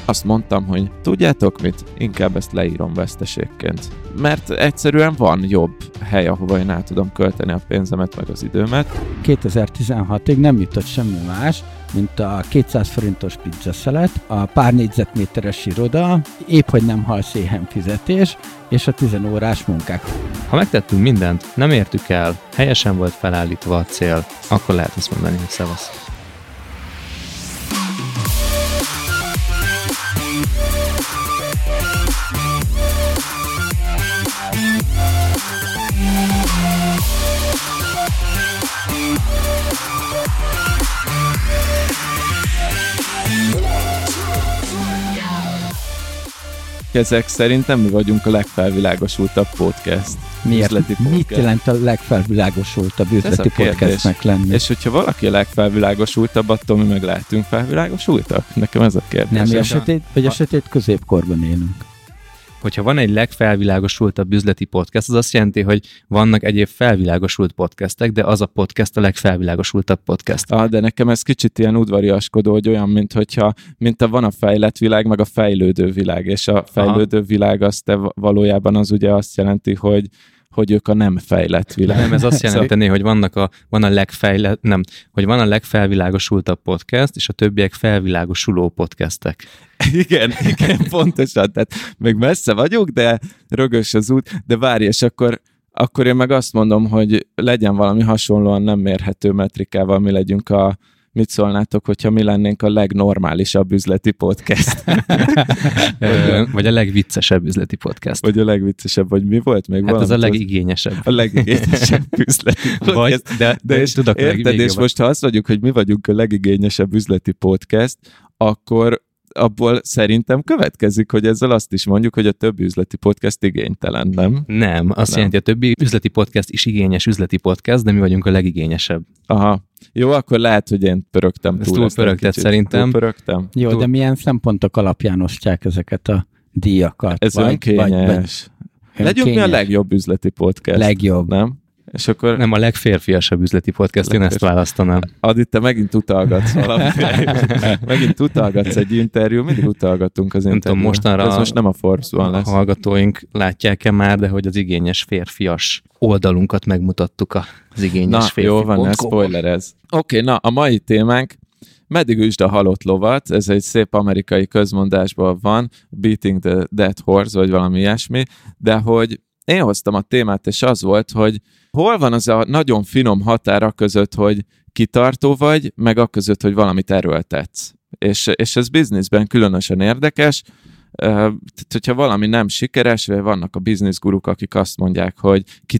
azt mondtam, hogy tudjátok mit? Inkább ezt leírom veszteségként. Mert egyszerűen van jobb hely, ahova én el tudom költeni a pénzemet, meg az időmet. 2016-ig nem jutott semmi más, mint a 200 forintos pizzaszelet, a pár négyzetméteres iroda, épp hogy nem halsz éhen fizetés, és a 10 órás munkák. Ha megtettünk mindent, nem értük el, helyesen volt felállítva a cél, akkor lehet azt mondani, hogy szevasz. Ezek szerintem mi vagyunk a legfelvilágosultabb podcast. Miért? Podcast. Mit jelent a legfelvilágosultabb üzleti podcastnek lenni? És hogyha valaki a legfelvilágosultabb, attól mi meg lehetünk felvilágosultak? Nekem ez a kérdés. Nem, vagy a sötét középkorban élünk. Hogyha van egy legfelvilágosultabb üzleti podcast, az azt jelenti, hogy vannak egyéb felvilágosult podcastek, de az a podcast a legfelvilágosultabb podcast. De nekem ez kicsit ilyen udvariaskodó, hogy olyan, mint van a fejlett világ, meg a fejlődő világ, és a fejlődő világ valójában az ugye azt jelenti, hogy ők a nem fejlett világ. Nem, ez azt jelenteni, hogy van a legfelvilágosultabb podcast, és a többiek felvilágosuló podcastek. Igen, pontosan. Tehát még messze vagyok, de rögös az út, de várj, és akkor én meg azt mondom, hogy legyen valami hasonlóan nem mérhető metrikával, mit szólnátok, hogyha mi lennénk a legnormálisabb üzleti podcast? Vagy a legviccesebb üzleti podcast. Vagy a legviccesebb, vagy mi volt még valami? Ez a legigényesebb. A legigényesebb üzleti podcast. De és tudok érted, és most ha azt mondjuk, hogy mi vagyunk a legigényesebb üzleti podcast, akkor abból szerintem következik, hogy ezzel azt is mondjuk, hogy a többi üzleti podcast igénytelen, nem? Nem, azt jelenti, a többi üzleti podcast is igényes üzleti podcast, de mi vagyunk a legigényesebb. Aha. Jó, akkor lehet, hogy én pörögtem túl. Túl pörögtett szerintem. Jó, de milyen szempontok alapján osztják ezeket a díjakat? Ez önkényes. Legyünk mi a legjobb üzleti podcast. Legjobb. Nem? És akkor... Nem, a legférfiasabb üzleti podcast, én ezt választanám. Adi, te megint utalgatsz megint utalgatsz egy interjú, mindig utalgatunk az interjú. Nem tudom, mostanra ez most nem a Forbes-ban lesz. A hallgatóink látják-e már, de hogy az igényes férfias oldalunkat megmutattuk az igényes férfi. Jó van, ez spoilerez. Oké, a mai témánk meddig üsd a halott lovat, ez egy szép amerikai közmondásban van, Beating the Dead Horse, vagy valami ilyesmi, de hogy én hoztam a témát, és az volt, hogy hol van az a nagyon finom határa között, hogy kitartó vagy, meg a között, hogy valamit erőltetsz. És ez bizniszben különösen érdekes, tehát hogyha valami nem sikeres, vagy vannak a bizniszguruk, akik azt mondják, hogy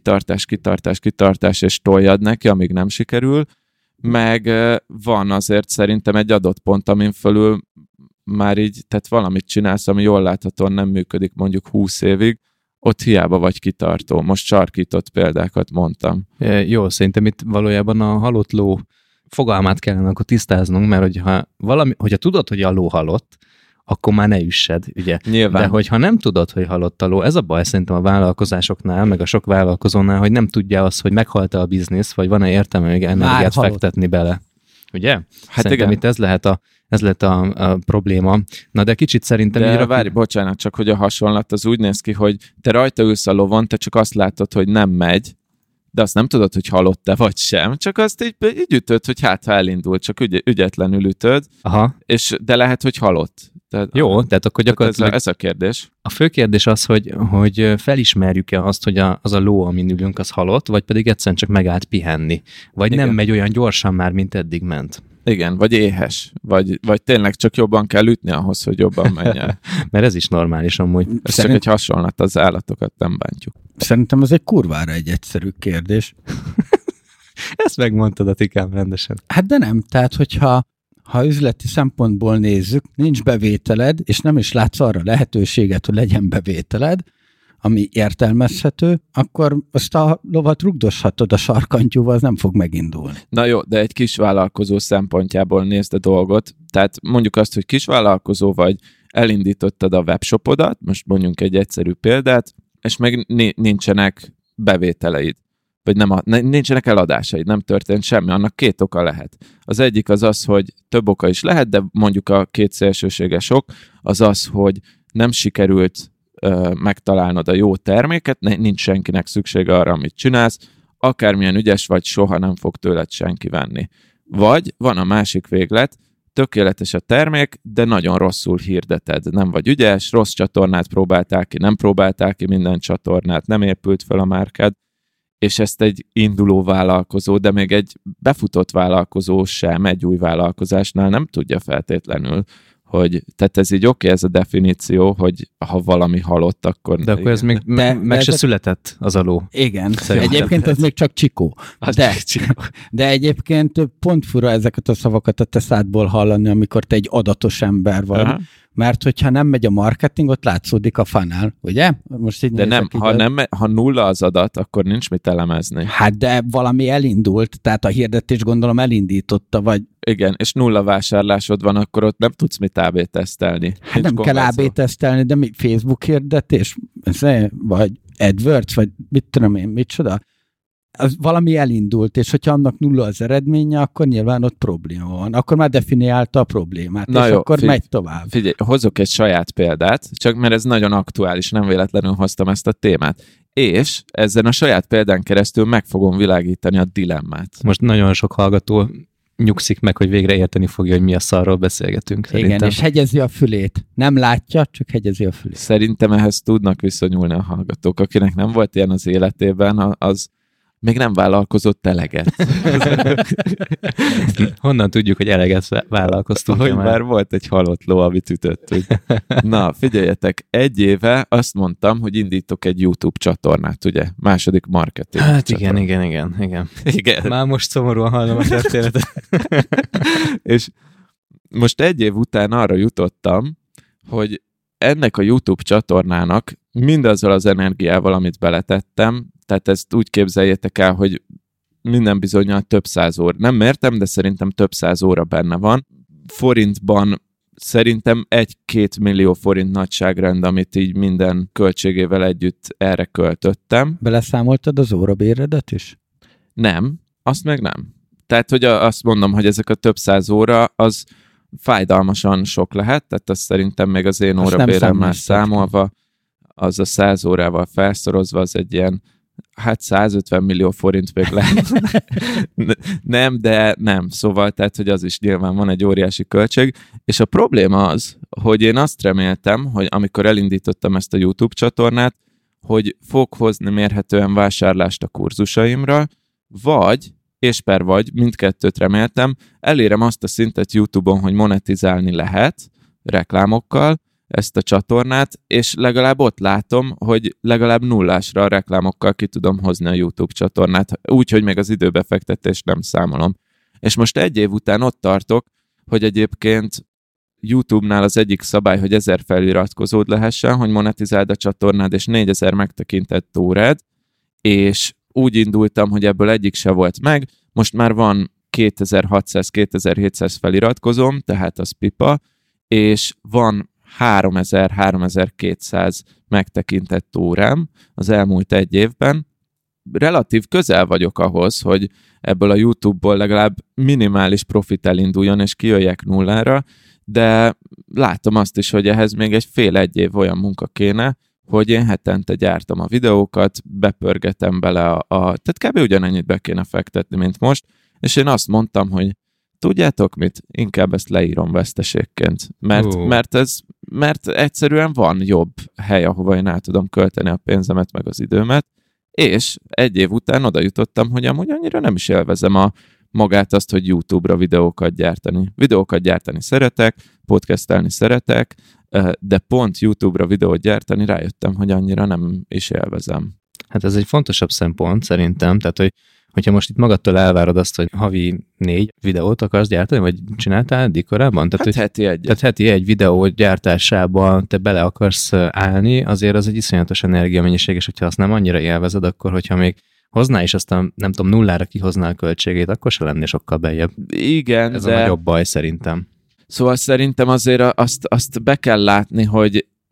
kitartás, és toljad neki, amíg nem sikerül, meg van azért szerintem egy adott pont, amin fölül már így, tehát valamit csinálsz, ami jól láthatóan nem működik mondjuk 20 évig, ott hiába vagy kitartó. Most sarkított példákat mondtam. Jó, szerintem itt valójában a halott ló fogalmát kellene akkor tisztáznunk, mert hogyha tudod, hogy a ló halott, akkor már ne üssed, ugye? Nyilván. De hogyha nem tudod, hogy halott a ló, ez a baj szerintem a vállalkozásoknál, meg a sok vállalkozónál, hogy nem tudja azt, hogy meghalt-e a biznisz, vagy van-e értelme még energiát fektetni bele. Ugye? Hát szerintem igen. Itt ez lett a probléma. Na de kicsit szerintem... De várj, bocsánat, csak hogy a hasonlat az úgy néz ki, hogy te rajta ülsz a lovon, te csak azt látod, hogy nem megy, de azt nem tudod, hogy halott-e vagy sem, csak azt így ütöd, hogy ha elindult, csak ügyetlenül ütöd, de lehet, hogy halott. Tehát akkor gyakorlatilag... Ez a kérdés. A fő kérdés az, hogy felismerjük-e azt, hogy az a ló, amin ülünk, az halott, vagy pedig egyszerűen csak megállt pihenni. Vagy igen. Nem megy olyan gyorsan már, mint eddig ment. Igen, vagy éhes, vagy tényleg csak jobban kell ütni ahhoz, hogy jobban menjen. Mert ez is normális amúgy. Ez csak egy hasonlat, az állatokat nem bántjuk. Szerintem ez egy kurvára egy egyszerű kérdés. Ezt megmondtad, Atikám, rendesen. Hát de nem, tehát hogyha üzleti szempontból nézzük, nincs bevételed, és nem is látsz arra lehetőséget, hogy legyen bevételed, ami értelmezhető, akkor azt a lovat rugdoshatod a sarkantyúval, az nem fog megindulni. Na jó, de egy kisvállalkozó szempontjából nézd a dolgot. Tehát mondjuk azt, hogy kisvállalkozó vagy, elindítottad a webshopodat, most mondjunk egy egyszerű példát, és meg nincsenek bevételeid. vagy nincsenek eladásaid, nem történt semmi, annak 2 oka lehet. Az egyik az, hogy több oka is lehet, de mondjuk a 2 szélsőséges ok az, hogy nem sikerült megtalálnod a jó terméket, nincs senkinek szüksége arra, amit csinálsz, akármilyen ügyes vagy, soha nem fog tőled senki venni. Vagy van a másik véglet, tökéletes a termék, de nagyon rosszul hirdeted. Nem vagy ügyes, rossz csatornát próbáltál ki, nem próbáltál ki minden csatornát, nem épült fel a márkád, és ezt egy induló vállalkozó, de még egy befutott vállalkozó sem, egy új vállalkozásnál nem tudja feltétlenül, hogy, tehát ez így oké, ez a definíció, hogy ha valami halott, akkor... De akkor ez még meg se született az aló. Igen, egyébként ez még csak csikó. De egyébként pont fura ezeket a szavakat a te szádból hallani, amikor te egy adatos ember vagy. Aha. Mert hogyha nem megy a marketing, ott látszódik a funnel, ugye? Most így de nem, ha nulla az adat, akkor nincs mit elemezni. Hát de valami elindult, tehát a hirdetés gondolom elindította, vagy... Igen, és nulla vásárlásod van, akkor ott nem tudsz mit AB tesztelni. Hát nem kell AB tesztelni, de mi Facebook hirdetés? Vagy AdWords, vagy mit tudom én, micsoda? Az valami elindult, és hogyha annak nulla az eredménye, akkor nyilván ott probléma van. Akkor már definiálta a problémát, és jó, akkor megy tovább. Figyelj, hozok egy saját példát, csak mert ez nagyon aktuális, nem véletlenül hoztam ezt a témát. És ezen a saját példán keresztül meg fogom világítani a dilemmát. Most nagyon sok hallgató nyugszik meg, hogy végre érteni fogja, hogy mi a szarról beszélgetünk. Igen, szerintem. És hegyezi a fülét. Nem látja, csak hegyezi a fülét. Szerintem ehhez tudnak viszonyulni a hallgatók. Akinek nem volt ilyen az életében, az még nem vállalkozott eleget. Honnan tudjuk, hogy eleget vállalkoztunk? Hogy már volt egy halott ló, amit ütöttünk. Na, figyeljetek, 1 éve azt mondtam, hogy indítok egy YouTube csatornát, ugye? Második marketing. Hát csatornát. Igen. Már most szomorúan hallom a történetet. És most 1 év után arra jutottam, hogy ennek a YouTube csatornának mindazzal az energiával, amit beletettem, tehát ezt úgy képzeljétek el, hogy minden bizonnyal több 100 óra. Nem mértem, de szerintem több 100 óra benne van. Forintban szerintem 1-2 millió forint nagyságrend, amit így minden költségével együtt erre költöttem. Beleszámoltad az órabéredet is? Nem, azt meg nem. Tehát, hogy azt mondom, hogy ezek a több 100 óra, az fájdalmasan sok lehet, tehát azt szerintem még az én órabéremmel számolva, az a 100 órával felszorozva, az egy ilyen 150 millió forint még lehet. Nem, de nem. Szóval, tehát, hogy az is nyilván van egy óriási költség. És a probléma az, hogy én azt reméltem, hogy amikor elindítottam ezt a YouTube csatornát, hogy fog hozni mérhetően vásárlást a kurzusaimra, vagy mindkettőt reméltem, elérem azt a szintet YouTube-on, hogy monetizálni lehet reklámokkal ezt a csatornát, és legalább ott látom, hogy legalább nullásra a reklámokkal ki tudom hozni a YouTube csatornát, úgyhogy még az időbefektetést nem számolom. És most 1 év után ott tartok, hogy egyébként YouTube-nál az egyik szabály, hogy 1000 feliratkozód lehessen, hogy monetizáld a csatornád, és 4000 megtekintett órád, és úgy indultam, hogy ebből egyik se volt meg, most már van 2600-2700 feliratkozóm, tehát az pipa, és van 3000-3200 megtekintett órám az elmúlt 1 évben. Relatív közel vagyok ahhoz, hogy ebből a YouTube-ból legalább minimális profit elinduljon, és kijöjjek nullára, de látom azt is, hogy ehhez még egy fél-1 év olyan munka kéne, hogy én hetente gyártam a videókat, bepörgetem bele tehát kb. Ugyanennyit be kéne fektetni, mint most, és én azt mondtam, hogy tudjátok mit? Inkább ezt leírom veszteségként. Mert egyszerűen van jobb hely, ahova én el tudom költeni a pénzemet, meg az időmet, és 1 év után oda jutottam, hogy amúgy annyira nem is élvezem magát azt, hogy YouTube-ra videókat gyártani. Videókat gyártani szeretek, podcastelni szeretek, de pont YouTube-ra videót gyártani rájöttem, hogy annyira nem is élvezem. Hát ez egy fontosabb szempont szerintem, tehát hogyha most itt magadtól elvárod azt, hogy havi 4 videót akarsz gyártani, vagy csináltál eddig korábban? Tehát, heti egy. Tehát heti 1 videó gyártásában te bele akarsz állni, azért az egy iszonyatos energiamennyiség, és hogyha azt nem annyira élvezed, akkor hogyha még hoznál is azt a, nem tudom, nullára kihoznál a költségét, akkor se lennél sokkal beljebb. Igen, ez a nagyobb baj szerintem. Szóval szerintem azért azt be kell látni, hogy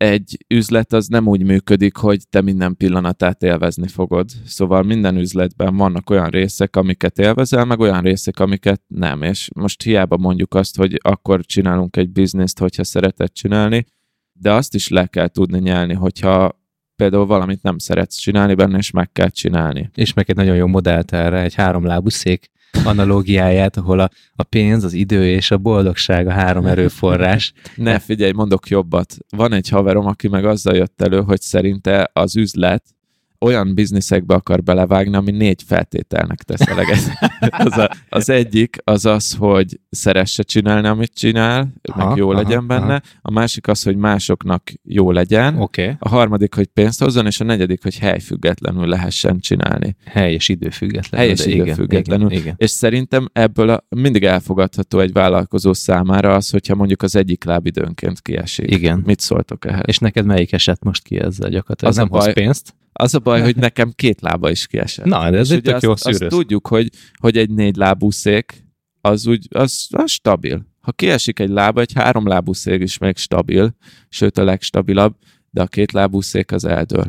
egy üzlet az nem úgy működik, hogy te minden pillanatát élvezni fogod. Szóval minden üzletben vannak olyan részek, amiket élvezel, meg olyan részek, amiket nem. És most hiába mondjuk azt, hogy akkor csinálunk egy bizniszt, hogyha szereted csinálni, de azt is le kell tudni nyelni, hogyha például valamit nem szeretsz csinálni benne, és meg kell csinálni. És meg egy nagyon jó modellt erre, egy 3 lábú szék analógiáját, ahol a pénz, az idő és a boldogság a 3 erőforrás. Ne, figyelj, mondok jobbat. Van egy haverom, aki meg azzal jött elő, hogy szerinte az üzlet olyan bizniszekbe akar belevágni, ami 4 feltételnek tesz eleget. Az egyik az, hogy szeresse csinálni, amit csinál, meg jó legyen benne. A másik az, hogy másoknak jó legyen. Okay. A harmadik, hogy pénzt hozzon, és a negyedik, hogy helyfüggetlenül lehessen csinálni. Hely és időfüggetlenül. Igen. És szerintem ebből mindig elfogadható egy vállalkozó számára az, hogyha mondjuk az egyik láb időnként kiesik. Igen. Mit szóltok ehhez? És neked melyik esett most ki ezzel gyakorlatilag? Az nem hoz pénzt? Az a baj, hogy nekem 2 lába is kiesett. Na, de ez egy tök jó szűrös. Azt tudjuk, hogy egy 4 lábú szék az stabil. Ha kiesik egy lába, egy 3 lábú szék is még stabil, sőt a legstabilabb, de a 2 lábú szék az eldől.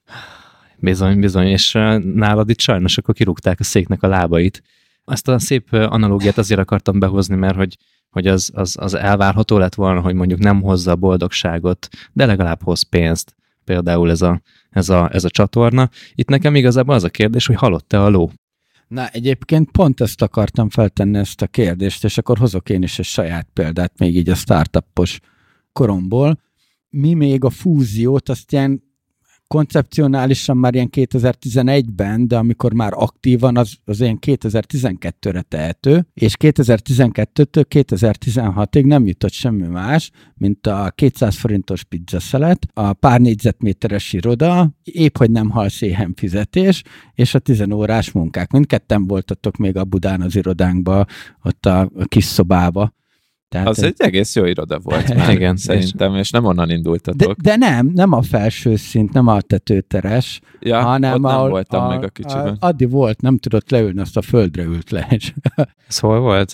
Bizony, és nálad itt sajnos akkor kirúgták a széknek a lábait. Azt a szép analógiát azért akartam behozni, mert hogy az elvárható lett volna, hogy mondjuk nem hozza a boldogságot, de legalább hoz pénzt. Például ez a csatorna. Itt nekem igazából az a kérdés, hogy halott-e a ló? Na, egyébként pont ezt akartam feltenni, ezt a kérdést, és akkor hozok én is egy saját példát, még így a startupos koromból. Mi még a fúziót, azt ilyen koncepcionálisan már ilyen 2011-ben, de amikor már aktívan, az ilyen 2012-re tehető, és 2012-től 2016-ig nem jutott semmi más, mint a 200 forintos pizzaszelet, a pár négyzetméteres iroda, épp hogy nem halsz éhen fizetés, és a 10 órás munkák. Mindketten voltatok még a Budán az irodánkba, ott a kis szobába. Tehát az egy egész jó iroda volt már, igen, szerintem, és nem onnan indultatok. De nem a felső szint, nem a tetőteres, hanem ott nem voltam meg a kicsiben. Addig volt, nem tudott leülni, azt a földre ült le. Ez hol volt?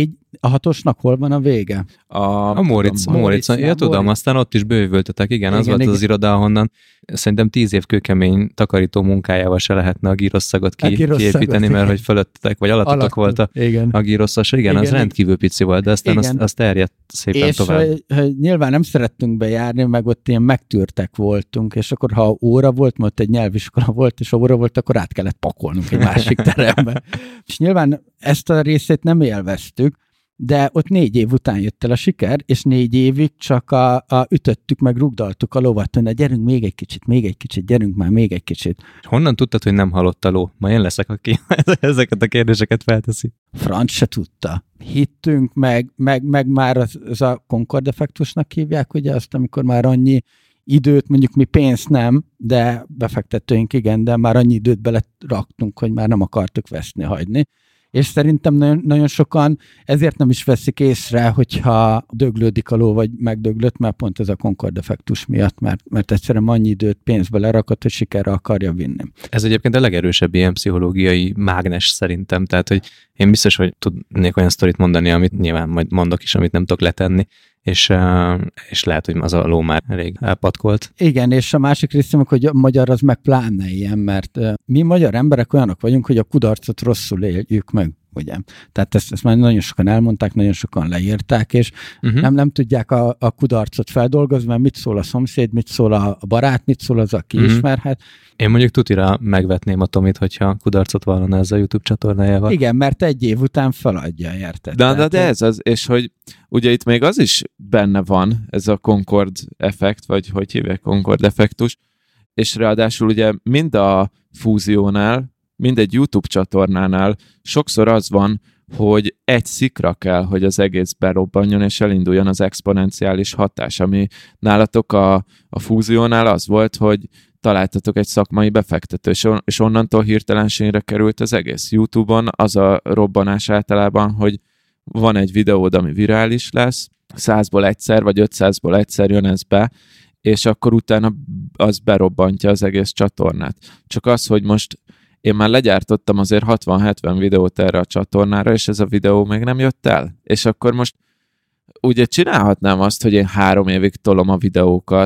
A 6-osnak hol van a vége? A Móricz. Ja, tudom, aztán ott is bővültetek. Igen, az volt az iroda, ahonnan szerintem 10 év kőkemény takarító munkájával se lehetne a gírosszagot kiépíteni, mert hogy fölöttetek, vagy alattatok volt a gírosszas. Igen, az rendkívül pici volt, de aztán az terjedt szépen tovább. És nyilván nem szerettünk bejárni, meg ott ilyen megtűrtek voltunk, és akkor ha óra volt, mert egy nyelviskola volt, és óra volt, akkor át kellett pakolnunk egy másik terembe. És nyilván ezt a részét nem élveztük, de ott 4 év után jött el a siker, és 4 évig csak ütöttük, meg rugdaltuk a lovat, hogy gyerünk még egy kicsit, gyerünk már még egy kicsit. Honnan tudtad, hogy nem halott a ló? Ma én leszek, aki ezeket a kérdéseket felteszi. Franc se tudta. Hittünk, meg már az a Concord effektusnak hívják, ugye azt, amikor már annyi időt, mondjuk mi pénzt nem, de befektetőink igen, de már annyi időt beleraktunk, hogy már nem akartuk veszni, hagyni. És szerintem nagyon sokan ezért nem is veszik észre, hogyha döglődik a ló, vagy megdöglött, mert pont ez a Concord effektus miatt, mert egyszerűen annyi időt, pénzbe lerakott, hogy sikerre akarja vinni. Ez egyébként a legerősebb ilyen pszichológiai mágnes szerintem, tehát hogy én biztos, hogy tudnék olyan sztorit mondani, amit nyilván majd mondok is, amit nem tudok letenni, és lehet, hogy az a ló már elég elpatkolt. Igen, és a másik részem, hogy a magyar az meg pláne ilyen, mert mi magyar emberek olyanok vagyunk, hogy a kudarcot rosszul éljük meg, ugye? Tehát ezt már nagyon sokan elmondták, nagyon sokan leírták, és nem tudják a kudarcot feldolgozni, mert mit szól a szomszéd, mit szól a barát, mit szól az, aki ismerhet. Én mondjuk tutira megvetném a Tomit, hogyha kudarcot vallana ez a YouTube csatornájával. Igen, mert 1 év után feladja, érted? De ez az, és hogy ugye itt még az is benne van, ez a Concord effekt, vagy hogy hívják, Concord effektus, és ráadásul ugye mind a fúziónál, mind egy YouTube csatornánál sokszor az van, hogy egy szikra kell, hogy az egész berobbanjon, és elinduljon az exponenciális hatás, ami nálatok a fúziónál az volt, hogy találtatok egy szakmai befektető, és onnantól hirtelenségre került az egész. YouTube-on az a robbanás általában, hogy van egy videód, ami virális lesz, 100-ból egyszer, vagy 500-ból egyszer jön ez be, és akkor utána az berobbantja az egész csatornát. Csak az, hogy most én már legyártottam azért 60-70 videót erre a csatornára, és ez a videó még nem jött el. És akkor most ugye csinálhatnám azt, hogy én 3 évig tolom a videókat,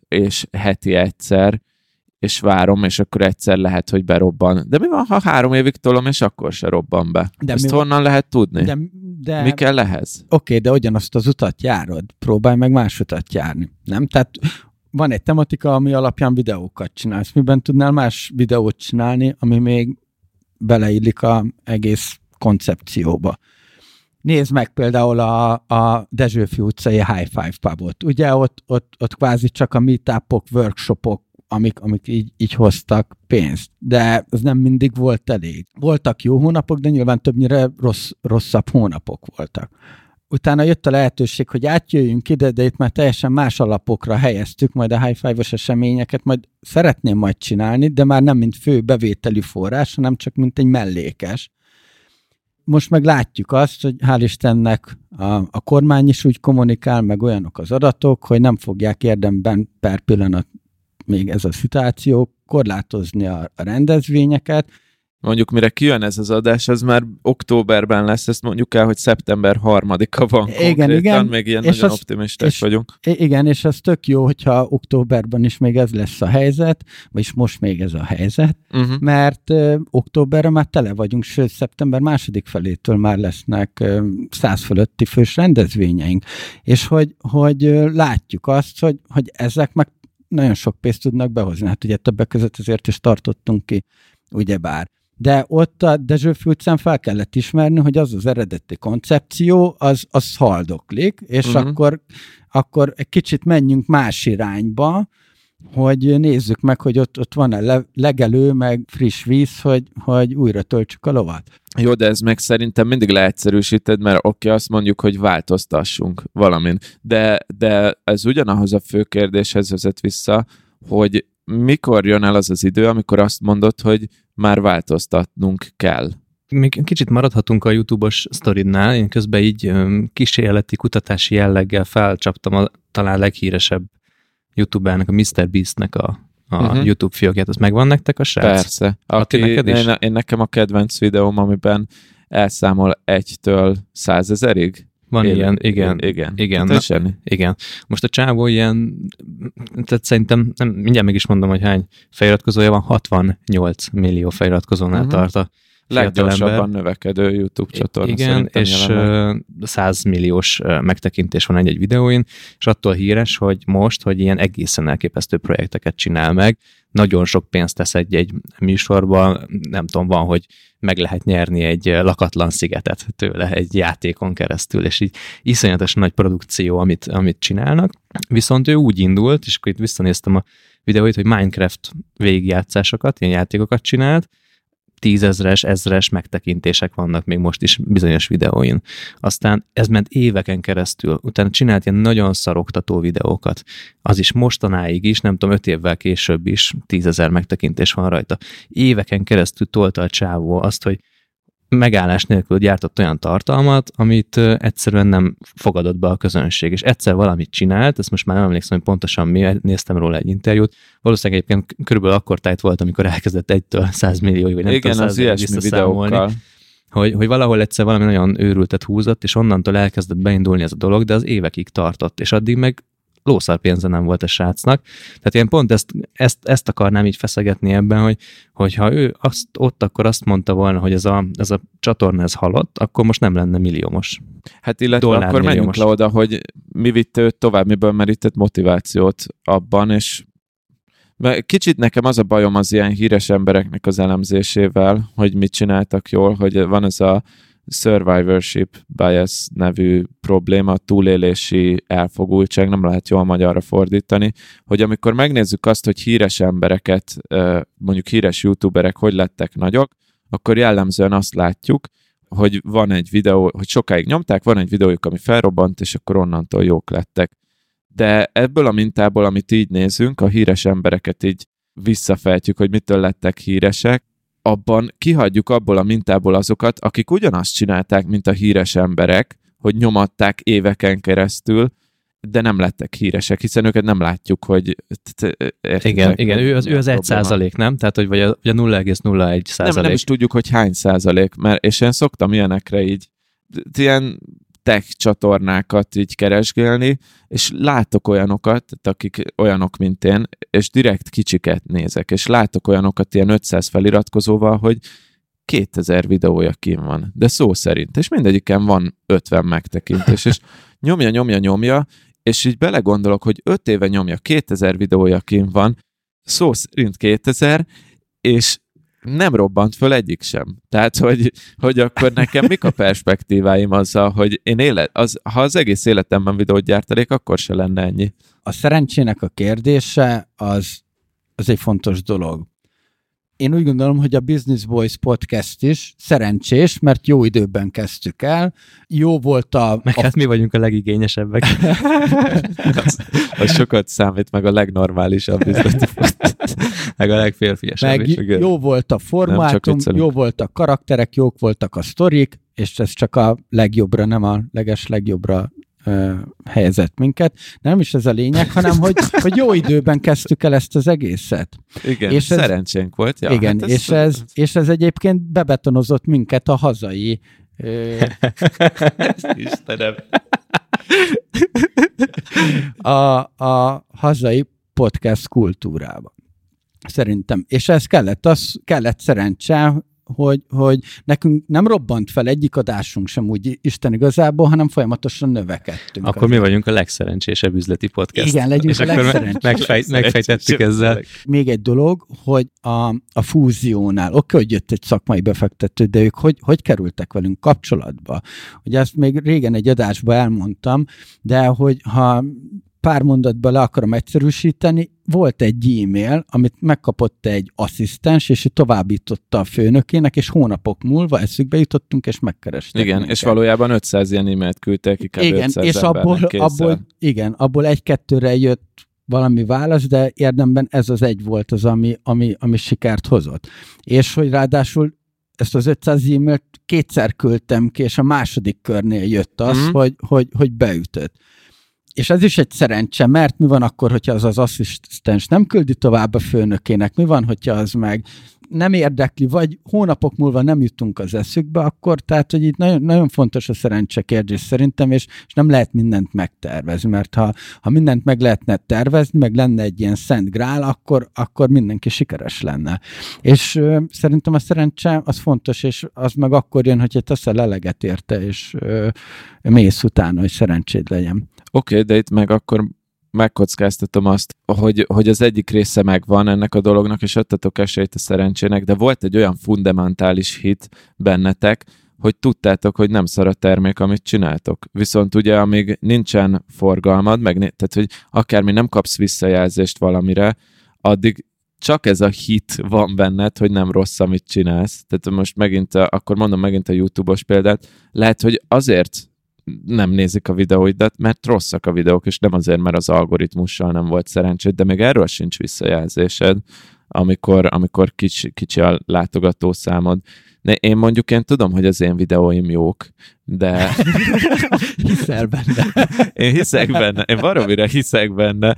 és heti egyszer, és várom, és akkor egyszer lehet, hogy berobban. De mi van, ha 3 évig tolom, és akkor se robban be? De ezt honnan lehet tudni? De mi kell ehhez? Oké, de ugyanazt az utat járod. Próbálj meg más utat járni. Nem? Tehát van egy tematika, ami alapján videókat csinálsz. Miben tudnál más videót csinálni, ami még beleillik az egész koncepcióba. Nézd meg például a Dezsőfi utcai High Five pubot. Ugye ott kvázi csak a meetupok, workshopok, amik így hoztak pénzt. De ez nem mindig volt elég. Voltak jó hónapok, de nyilván többnyire rosszabb hónapok voltak. Utána jött a lehetőség, hogy átjöjjünk ide, de itt már teljesen más alapokra helyeztük majd a High Five-os eseményeket, majd szeretném majd csinálni, de már nem mint fő bevételi forrás, hanem csak mint egy mellékes. Most meg látjuk azt, hogy hál' Istennek a kormány is úgy kommunikál, meg olyanok az adatok, hogy nem fogják érdemben per pillanat még ez a szituáció korlátozni a rendezvényeket. Mondjuk, mire kijön ez az adás, az már októberben lesz, ezt mondjuk el, hogy szeptember 3-a van konkrétan, igen. Még ilyen nagyon optimisták vagyunk. Igen, és az tök jó, hogyha októberben is még ez lesz a helyzet, vagyis most még ez a helyzet, mert októberre már tele vagyunk, sőt, szeptember 2. felétől már lesznek 100 fölötti fős rendezvényeink. És hogy látjuk azt, hogy ezek meg nagyon sok pénzt tudnak behozni. Hát ugye többek között ezért is tartottunk ki, ugyebár. De ott a Dezsőfi utcán fel kellett ismerni, hogy az eredeti koncepció, az haldoklik, és akkor egy kicsit menjünk más irányba, hogy nézzük meg, hogy ott van-e legelő, meg friss víz, hogy újra töltsük a lovat. Jó, de ez meg szerintem mindig leegyszerűsíted, mert oké, azt mondjuk, hogy változtassunk valamin. De ez ugyanahoz a fő kérdéshez vezet vissza, hogy mikor jön el az idő, amikor azt mondod, hogy már változtatnunk kell? Még kicsit maradhatunk a YouTube-os sztoridnál. Én közben így kísérleti, kutatási jelleggel felcsaptam talán leghíresebb YouTubernek, a MrBeastnek a YouTube fiókját. Az megvan nektek a srác? Persze. Neked is? Én nekem a kedvenc videóm, amiben elszámol 1-től 100 000-ig. Van ilyen, igen. Igen. Most a csávó ilyen, tehát szerintem, mindjárt meg is mondom, hogy hány feliratkozója van, 68 millió feliratkozónál tart a leggyorsabban növekedő YouTube csatorna. Igen, és 100 milliós megtekintés van egy videóin, és attól híres, hogy most, hogy ilyen egészen elképesztő projekteket csinál meg, nagyon sok pénzt tesz egy műsorban, nem tudom, van, hogy meg lehet nyerni egy lakatlan szigetet tőle egy játékon keresztül, és így iszonyatos nagy produkció, amit csinálnak. Viszont ő úgy indult, és akkor itt visszanéztem a videóit, hogy Minecraft végigjátszásokat, ilyen játékokat csinált, 10 000-es, 1000-es megtekintések vannak még most is bizonyos videóin. Aztán ez ment éveken keresztül, utána csinált ilyen nagyon szaroktató videókat. Az is mostanáig is, nem tudom, 5 évvel később is 10 000 megtekintés van rajta. Éveken keresztül tolta a csávó azt, hogy megállás nélkül gyártott olyan tartalmat, amit egyszerűen nem fogadott be a közönség. És egyszer valamit csinált, ezt most már nem emlékszem, hogy pontosan mi, néztem róla egy interjút. Valószínűleg egyébként körülbelül akkor tájt volt, amikor elkezdett 1-től 100 millióig, vagy nem igen, tudom, 100 millióig visszaszámolni. Hogy valahol egyszer valami nagyon őrültet húzott, és onnantól elkezdett beindulni ez a dolog, de az évekig tartott, és addig meg lószar pénze nem volt a srácnak. Tehát én pont ezt akarnám így feszegetni ebben, hogy ha ő akkor azt mondta volna, hogy ez a csatorna ez halott, akkor most nem lenne milliómos. Hát illetve akkor menjünk le oda, hogy mi vitte őt tovább, miből merített motivációt abban, és kicsit nekem az a bajom az ilyen híres embereknek az elemzésével, hogy mit csináltak jól, hogy van ez a survivorship bias nevű probléma, túlélési elfogultság, nem lehet jól magyarra fordítani, hogy amikor megnézzük azt, hogy híres embereket, mondjuk híres youtuberek hogy lettek nagyok, akkor jellemzően azt látjuk, hogy van egy videó, hogy sokáig nyomták, van egy videójuk, ami felrobbant, és akkor onnantól jók lettek. De ebből a mintából, amit így nézünk, a híres embereket így visszafejtjük, hogy mitől lettek híresek, abban kihagyjuk abból a mintából azokat, akik ugyanazt csinálták, mint a híres emberek, hogy nyomatták éveken keresztül, de nem lettek híresek, hiszen őket nem látjuk, hogy... Igen, ő az 1%, nem? Tehát, hogy vagy a 0,01%. Nem is tudjuk, hogy hány százalék, mert és én szoktam ilyenekre így, ilyen tech csatornákat így keresgélni, és látok olyanokat, akik olyanok, mint én, és direkt kicsiket nézek, és látok olyanokat ilyen 500 feliratkozóval, hogy 2000 videója kín van, de szó szerint, és mindegyiken van 50 megtekintés, és nyomja, és így belegondolok, hogy 5 éve nyomja, 2000 videója kín van, szó szerint 2000, és nem robbant föl egyik sem. Tehát, hogy akkor nekem mik a perspektíváim azzal, hogy én ha az egész életemben videót gyártanék, akkor se lenne ennyi. A szerencsének a kérdése az egy fontos dolog. Én úgy gondolom, hogy a Business Boys podcast is szerencsés, mert jó időben kezdtük el. Jó volt hát mi vagyunk a legigényesebbek. az sokat számít, meg a legnormálisabb üzleti meg a legférfiasabb. Meg jó volt a formátum, jó volt a karakterek, jók voltak a sztorik, és ez csak a legjobbra, nem a legjobbra helyezett minket. Nem is ez a lényeg, hanem hogy jó időben kezdtük el ezt az egészet. Igen, és szerencsénk volt. Ja, igen, hát és ez egyébként bebetonozott minket a hazai Istenem. a hazai podcast kultúrába. Szerintem. És ez kellett szerencse, hogy nekünk nem robbant fel egyik adásunk sem úgy Isten igazából, hanem folyamatosan növekedtünk. Akkor azért. Mi vagyunk a legszerencsésebb üzleti podcast. Igen, legyünk a legszerencsésebb. Megfejtettük ezzel. Még egy dolog, hogy a fúziónál, hogy jött egy szakmai befektető, de ők hogy kerültek velünk kapcsolatba? Ugye ezt még régen egy adásban elmondtam, de hogy ha pár mondatban le akarom egyszerűsíteni, volt egy e-mail, amit megkapott egy asszisztens, és továbbította a főnökének, és hónapok múlva eszükbe jutottunk, és megkerestek. Igen, minket. És valójában 500 ilyen e-mailt küldtek ki, igen, 500 és abból egy-kettőre jött valami válasz, de érdemben ez az egy volt az, ami sikert hozott. És hogy ráadásul ezt az 500 e-mailt kétszer küldtem ki, és a második körnél jött az, hogy beütött. És ez is egy szerencse, mert mi van akkor, hogyha az asszisztens nem küldi tovább a főnökének, mi van, hogyha az meg nem érdekli, vagy hónapok múlva nem jutunk az eszükbe, akkor tehát, hogy itt nagyon, nagyon fontos a szerencse kérdés szerintem, és nem lehet mindent megtervezni, mert ha mindent meg lehetne tervezni, meg lenne egy ilyen szent grál, akkor mindenki sikeres lenne. És szerintem a szerencse az fontos, és az meg akkor jön, hogyha teszel eleget érte, és mész utána, hogy szerencséd legyen. Oké, de itt meg akkor megkockáztatom azt, hogy az egyik része megvan ennek a dolognak, és adtatok esélyt a szerencsének, de volt egy olyan fundamentális hit bennetek, hogy tudtátok, hogy nem szar a termék, amit csináltok. Viszont ugye, amíg nincsen forgalmad, tehát, hogy akármi nem kapsz visszajelzést valamire, addig csak ez a hit van benned, hogy nem rossz, amit csinálsz. Tehát most akkor mondom megint a YouTube-os példát, lehet, hogy azért nem nézik a videóidat, mert rosszak a videók, és nem azért, mert az algoritmussal nem volt szerencséd, de még erről sincs visszajelzésed, amikor kicsi a látogatószámod. Én tudom, hogy az én videóim jók, de... Hiszel benne. Én hiszek benne, én baromira hiszek benne,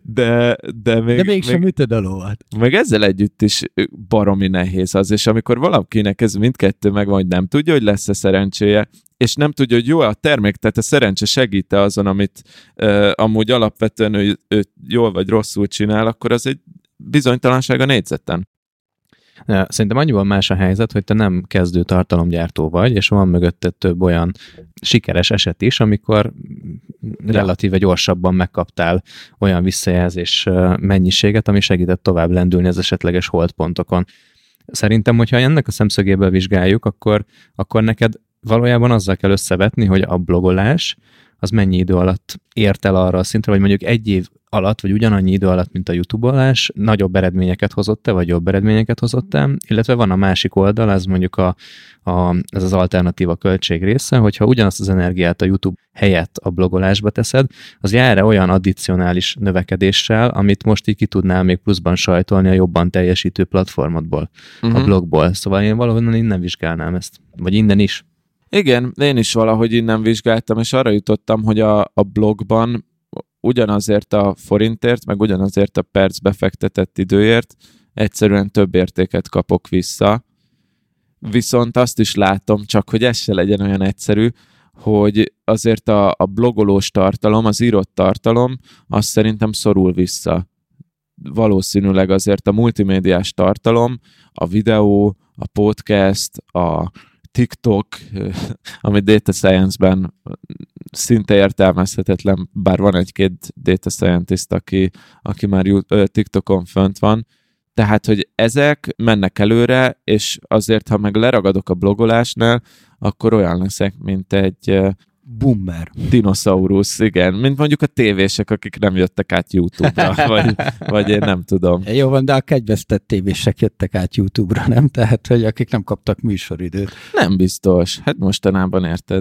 de mégsem ütöd a lovat. Meg ezzel együtt is baromi nehéz az, és amikor valakinek ez mindkettő megvan, hogy nem tudja, hogy lesz-e szerencséje, és nem tudja, hogy jó a termék, tehát a szerencse segít-e azon, amit amúgy alapvetően ő jól vagy rosszul csinál, akkor az egy bizonytalanság a négyzeten. Szerintem annyiban más a helyzet, hogy te nem kezdő tartalomgyártó vagy, és van mögötted több olyan sikeres eset is, amikor relatíve gyorsabban megkaptál olyan visszajelzés mennyiséget, ami segített tovább lendülni az esetleges holdpontokon. Szerintem, hogyha ennek a szemszögéből vizsgáljuk, akkor neked valójában azzal kell összevetni, hogy a blogolás az mennyi idő alatt ért el arra a szintre, vagy mondjuk egy év alatt, vagy ugyanannyi idő alatt, mint a YouTube-olás, nagyobb eredményeket hozott-e, vagy jobb eredményeket hozott-e, illetve van a másik oldal, ez mondjuk ez az alternatíva költség része, hogyha ugyanazt az energiát a YouTube helyett a blogolásba teszed, az jár-e olyan addicionális növekedéssel, amit most így ki tudnál még pluszban sajtolni a jobban teljesítő platformodból, a blogból. Szóval én valahonnan innen vizsgálnám ezt, vagy innen is. Igen, én is valahogy innen vizsgáltam, és arra jutottam, hogy a blogban ugyanazért a forintért, meg ugyanazért a percbe fektetett időért egyszerűen több értéket kapok vissza. Viszont azt is látom, csak hogy ez se legyen olyan egyszerű, hogy azért a blogolós tartalom, az írott tartalom, az szerintem szorul vissza. Valószínűleg azért a multimédiás tartalom, a videó, a podcast, a TikTok, ami data science-ben szinte értelmezhetetlen, bár van egy-két data scientist, aki már TikTokon fönt van. Tehát, hogy ezek mennek előre, és azért, ha meg leragadok a blogolásnál, akkor olyan leszek, mint egy boomer. Dinoszaurusz, igen. Mint mondjuk a tévések, akik nem jöttek át YouTube-ra, vagy én nem tudom. Jó van, de a kegyvesztett tévések jöttek át YouTube-ra, nem? Tehát, hogy akik nem kaptak műsoridőt. Nem biztos. Hát mostanában érted.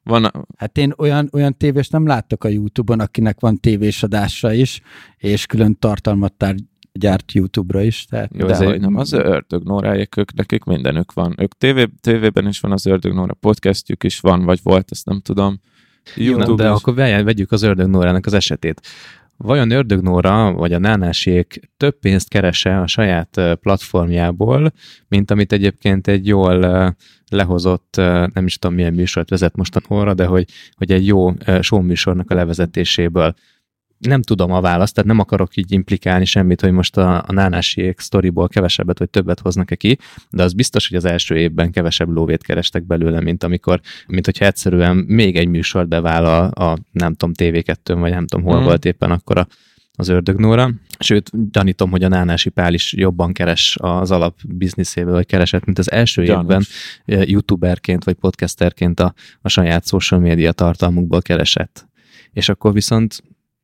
Hát én olyan tévést nem láttok a YouTube-on, akinek van tévésadása is, és külön tartalmat gyárt YouTube-ra is. Tehát jó, de nem, az Ördög Nóráék, nekik mindenük van. Ők tévében is van az Ördög Nóra, podcastjük is van, vagy volt, ezt nem tudom. YouTube de is. Akkor vegyük az Ördög Nórának az esetét. Vajon Ördög Nóra vagy a Nánásék több pénzt keres-e a saját platformjából, mint amit egyébként egy jól lehozott, nem is tudom milyen műsort vezet most a Nóra, de hogy egy jó show műsornak a levezetéséből? Nem tudom a választ, tehát nem akarok így implikálni semmit, hogy most a Nánásiék sztoriból kevesebbet vagy többet hoznak-e ki, de az biztos, hogy az első évben kevesebb lóvét kerestek belőle, mint hogyha egyszerűen még egy műsort bevállal a nem tudom, TV2-n, vagy nem tudom hol volt éppen akkor az Ördög Nóra. Sőt, gyanítom, hogy a Nánási Pál is jobban keres az alap bizniszéből, vagy keresett, mint az első évben youtuberként, vagy podcasterként a saját social media tartalmukból keresett. És akkor viszont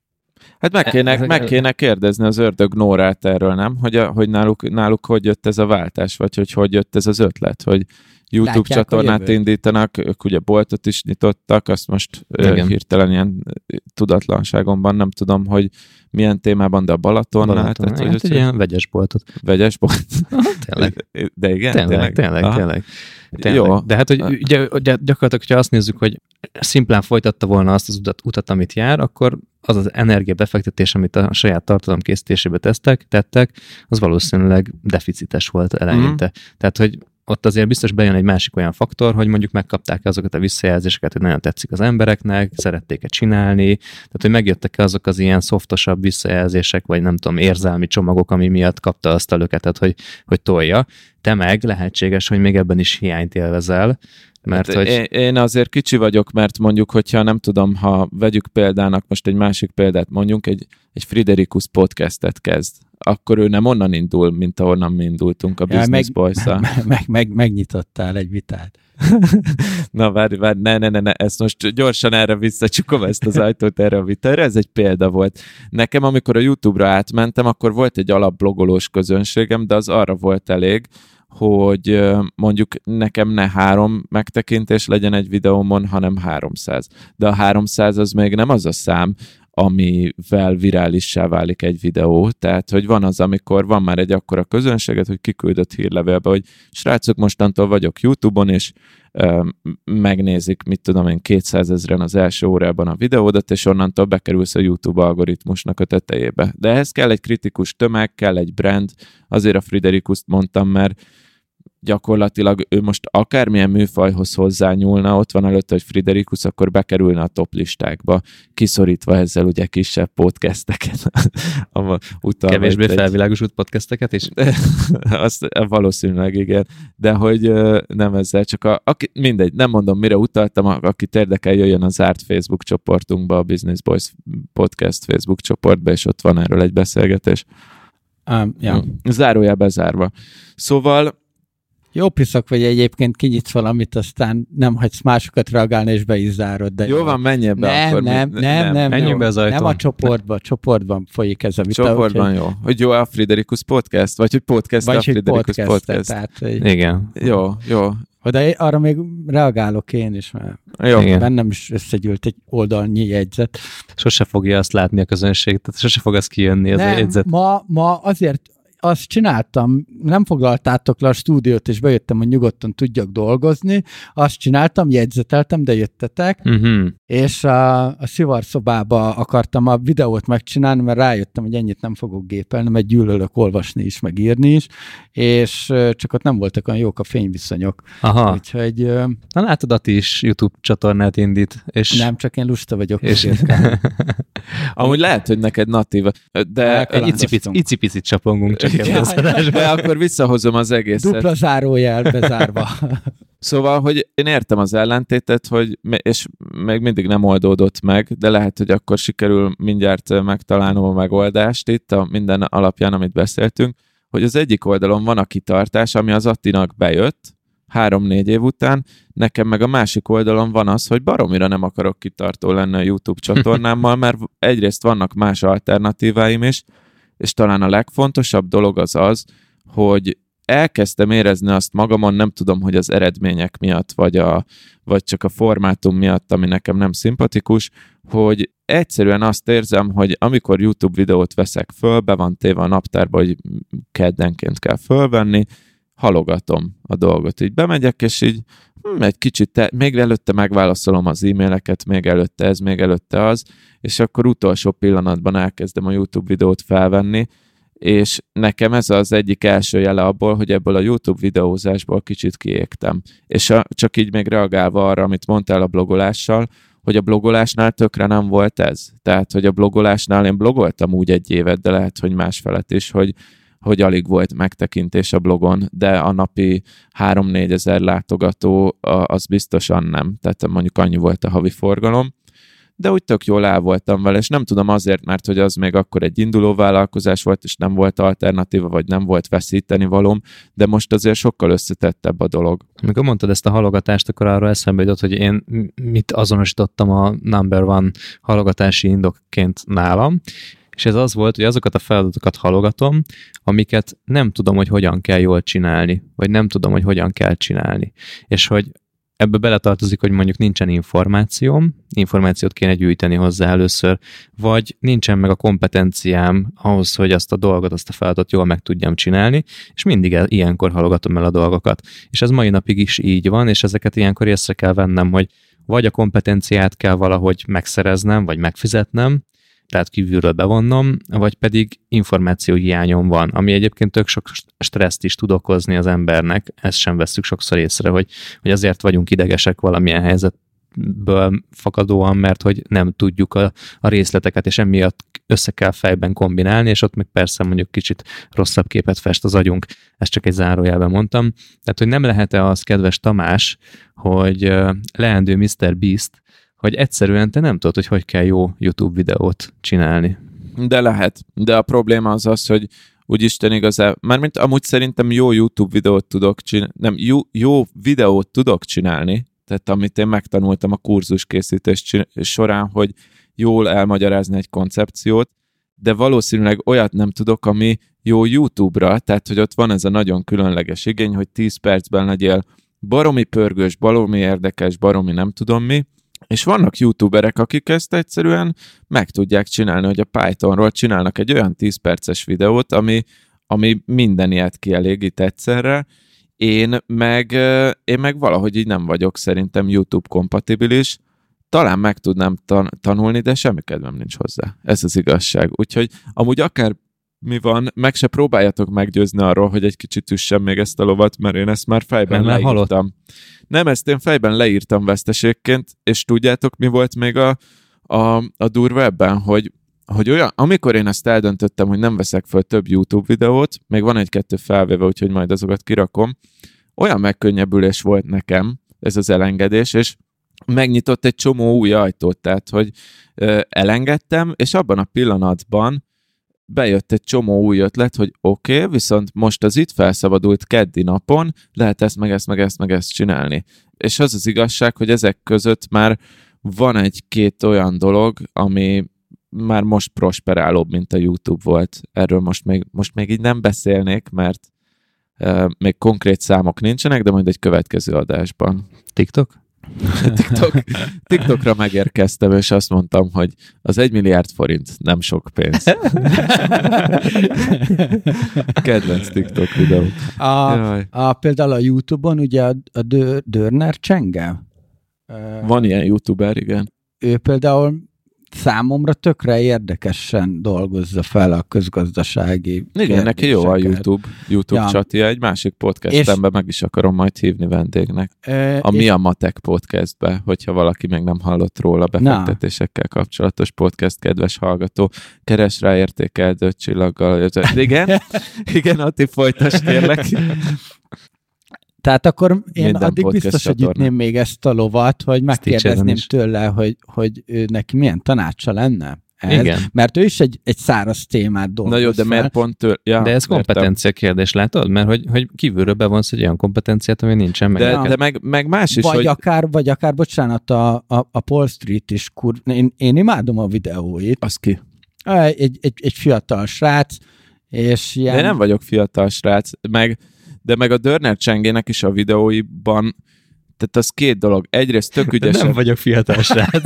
hát meg kéne kérdezni az Ördög Nórát erről, nem? Hogy náluk hogy jött ez a váltás, vagy hogy jött ez az ötlet, hogy YouTube látják csatornát indítanak, ők ugye boltot is nyitottak, azt most hirtelen ilyen tudatlanságomban nem tudom, hogy milyen témában, de a Balatonnál. Tehát, hogy egy ilyen vegyes boltot. Vegyes bolt? Tényleg. De igen? Tényleg. Jó. De hát, hogy ugye, gyakorlatilag, hogyha azt nézzük, hogy szimplán folytatta volna azt az utat, amit jár, akkor az energiabefektetés, amit a saját tartalom készítésébe tettek, az valószínűleg deficites volt eleinte. Tehát, hogy ott azért biztos bejön egy másik olyan faktor, hogy mondjuk megkapták azokat a visszajelzéseket, hogy nagyon tetszik az embereknek, szerették-e csinálni, tehát hogy megjöttek azok az ilyen szoftosabb visszajelzések, vagy nem tudom, érzelmi csomagok, ami miatt kapta azt a löketet, hogy tolja. Te meg lehetséges, hogy még ebben is hiányt élvezel, mert hát hogy... Én azért kicsi vagyok, mert mondjuk, hogyha nem tudom, ha vegyük példának, most egy másik példát mondjunk, egy Friderikus podcastet kezd, akkor ő nem onnan indul, mint ahonnan mi indultunk a Business Boys-szal. Megnyitottál egy vitát. Na, várj, ne, ezt most gyorsan erre visszacsukom ezt az ajtót erre a vitára, ez egy példa volt. Nekem, amikor a YouTube-ra átmentem, akkor volt egy alapblogolós közönségem, de az arra volt elég, hogy mondjuk nekem ne 3 megtekintés legyen egy videómon, hanem 300. De a 300 az még nem az a szám, amivel virálissá válik egy videó. Tehát, hogy van az, amikor van már egy akkora közönséget, hogy kiküldött hírlevélbe, hogy srácok, mostantól vagyok YouTube-on, és megnézik, mit tudom én, 200 000-en az első órában a videódat, és onnantól bekerülsz a YouTube algoritmusnak a tetejébe. De ehhez kell egy kritikus tömeg, kell egy brand, azért a Friderikuszt mondtam, mert gyakorlatilag ő most akármilyen műfajhoz hozzányúlna, ott van előtte, hogy Friderikus, akkor bekerülne a top listákba, kiszorítva ezzel ugye kisebb podcasteket. Kevésbé felvilágosult podcasteket is? Azt valószínűleg igen, de hogy nem ezzel, csak mindegy, nem mondom, mire utaltam, akit érdekel, jöjjön a zárt Facebook csoportunkba, a Business Boys Podcast Facebook csoportba, és ott van erről egy beszélgetés. Zárójel bezárva. Szóval jó piszak vagy egyébként, kinyitsz valamit, aztán nem hagysz másokat reagálni, és be is zárod. De jó van, menjél be akkor. Nem. Menjünk be az ajtón. Nem a csoportban folyik ez a vita. Csoportban jó. Hogy jó a Friderikus Podcast? Vagy hogy podcast a Friderikus Podcast? Tehát, igen. Jó. De arra még reagálok én is, mert bennem is összegyűlt egy oldalnyi jegyzet. Sose fogja azt látni a közönség, tehát sose fog az kijönni ez a jegyzet. Ma azért azt csináltam, nem foglaltátok le a stúdiót, és bejöttem, hogy nyugodtan tudjak dolgozni, azt csináltam, jegyzeteltem, de jöttetek, és a szivarszobába akartam a videót megcsinálni, mert rájöttem, hogy ennyit nem fogok gépelni, mert gyűlölök olvasni is, meg írni is, és csak ott nem voltak olyan jók a fényviszonyok. Aha. Úgyhogy... Na látod, Ati is YouTube csatornát indít. És... Nem, csak én lusta vagyok. És... Amúgy lehet, hogy neked natív, de icipicit csapongunk csak de akkor visszahozom az egészet. Dupla zárójel bezárva. Szóval, hogy én értem az ellentétet, hogy, és még mindig nem oldódott meg, de lehet, hogy akkor sikerül mindjárt megtalálnom a megoldást itt, a minden alapján, amit beszéltünk, hogy az egyik oldalon van a kitartás, ami az Attinak bejött, 3-4 év után, nekem meg a másik oldalon van az, hogy baromira nem akarok kitartó lenni a YouTube csatornámmal, mert egyrészt vannak más alternatíváim is, és talán a legfontosabb dolog az, hogy elkezdtem érezni azt magamon, nem tudom, hogy az eredmények miatt, vagy csak a formátum miatt, ami nekem nem szimpatikus, hogy egyszerűen azt érzem, hogy amikor YouTube videót veszek föl, be van téve a naptárba, hogy keddenként kell fölvenni, halogatom a dolgot. Így bemegyek, és így egy kicsit, még előtte megválaszolom az e-maileket, még előtte ez, még előtte az, és akkor utolsó pillanatban elkezdem a YouTube videót felvenni, és nekem ez az egyik első jele abból, hogy ebből a YouTube videózásból kicsit kiégtem. És csak így még reagálva arra, amit mondtál a blogolással, hogy a blogolásnál tökre nem volt ez. Tehát, hogy a blogolásnál én blogoltam úgy 1 évet, de lehet, hogy másfelet is, hogy alig volt megtekintés a blogon, de a napi 3-4 ezer látogató az biztosan nem. Tehát mondjuk annyi volt a havi forgalom, de úgy tök jól el voltam vele, és nem tudom azért, mert hogy az még akkor egy induló vállalkozás volt, és nem volt alternatíva, vagy nem volt veszíteni valóm, de most azért sokkal összetettebb a dolog. Amikor mondtad ezt a halogatást, akkor arra eszembe jutott, hogy én mit azonosítottam a number one halogatási indokként nálam, és ez az volt, hogy azokat a feladatokat halogatom, amiket nem tudom, hogy hogyan kell jól csinálni, vagy nem tudom, hogy hogyan kell csinálni. És hogy ebbe beletartozik, hogy mondjuk nincsen információt kéne gyűjteni hozzá először, vagy nincsen meg a kompetenciám ahhoz, hogy azt a dolgot, azt a feladatot jól meg tudjam csinálni, és mindig ilyenkor halogatom el a dolgokat. És ez mai napig is így van, és ezeket ilyenkor észre kell vennem, hogy vagy a kompetenciát kell valahogy megszereznem, vagy megfizetnem, tehát kívülről bevonnom, vagy pedig információhiányom van, ami egyébként tök sok stresszt is tud okozni az embernek, ezt sem vesszük sokszor észre, hogy azért vagyunk idegesek valamilyen helyzetből fakadóan, mert hogy nem tudjuk a részleteket, és emiatt össze kell fejben kombinálni, és ott meg persze mondjuk kicsit rosszabb képet fest az agyunk. Ezt csak egy zárójelben mondtam. Tehát, hogy nem lehet-e az, kedves Tamás, hogy leendő Mr. Beast, hogy egyszerűen te nem tudod, hogy kell jó YouTube videót csinálni. De lehet. De a probléma az, hogy úgyisten igazából, mármint amúgy szerintem jó YouTube videót tudok csinálni, nem, jó videót tudok csinálni, tehát amit én megtanultam a kurzuskészítés során, hogy jól elmagyarázni egy koncepciót, de valószínűleg olyat nem tudok, ami jó YouTube-ra, tehát hogy ott van ez a nagyon különleges igény, hogy 10 percben legyél baromi pörgős, baromi érdekes, baromi nem tudom mi, és vannak youtuberek, akik ezt egyszerűen meg tudják csinálni, hogy a Pythonról csinálnak egy olyan 10 perces videót, ami minden ilyet kielégít egyszerre. Én meg valahogy így nem vagyok szerintem YouTube kompatibilis. Talán meg tudnám tanulni, de semmi kedvem nincs hozzá. Ez az igazság. Úgyhogy amúgy akár mi van, meg se próbáljatok meggyőzni arról, hogy egy kicsit üssem még ezt a lovat, mert én ezt már fejben leírtam. Nem, ezt én fejben leírtam veszteségként, és tudjátok, mi volt még a durva ebben, hogy olyan, amikor én ezt eldöntöttem, hogy nem veszek föl több YouTube videót, még van 1-2 felvéve, úgyhogy majd azokat kirakom, olyan megkönnyebbülés volt nekem ez az elengedés, és megnyitott egy csomó új ajtót, tehát, hogy elengedtem, és abban a pillanatban bejött egy csomó új ötlet, hogy oké, viszont most az itt felszabadult keddi napon lehet ezt, meg ezt csinálni. És az az igazság, hogy ezek között már van 1-2 olyan dolog, ami már most prosperálóbb, mint a YouTube volt. Erről most még így nem beszélnék, mert még konkrét számok nincsenek, de majd egy következő adásban. TikTok? TikTokra megérkeztem, és azt mondtam, hogy az 1 milliárd forint nem sok pénz. Kedvenc TikTok videó. Például a YouTube-on ugye a Dörner Csenge. Van ilyen YouTuber, igen. Ő például számomra tökre érdekesen dolgozza fel a közgazdasági igen, neki jó a YouTube csatja, egy másik podcastemben meg is akarom majd hívni vendégnek. Mi a Matek podcastbe, hogyha valaki meg nem hallott róla befektetésekkel kapcsolatos podcast, kedves hallgató, keres rá értékelt 5 csillaggal. Igen, Atti, folytasd kérlek. Tehát akkor én minden addig biztos, hogy ütném még ezt a lovat, hogy megkérdezném tőle, hogy ő neki milyen tanácsa lenne. Igen. Mert ő is egy száraz témát dolgoz. Na jó, de miért pont de ez kompetencia kérdés, látod? Mert hogy kívülről bevonsz egy olyan kompetenciát, ami nincsen meg. De meg más is, vagy akár, bocsánat, a Paul Street is én imádom a videóit. Az ki? Egy fiatal srác, és ilyen... De nem vagyok fiatal srác, de meg a Dörner Csengének is a videóiban, tehát az két dolog. Egyrészt tök ügyesen... Nem vagyok fiatal srác.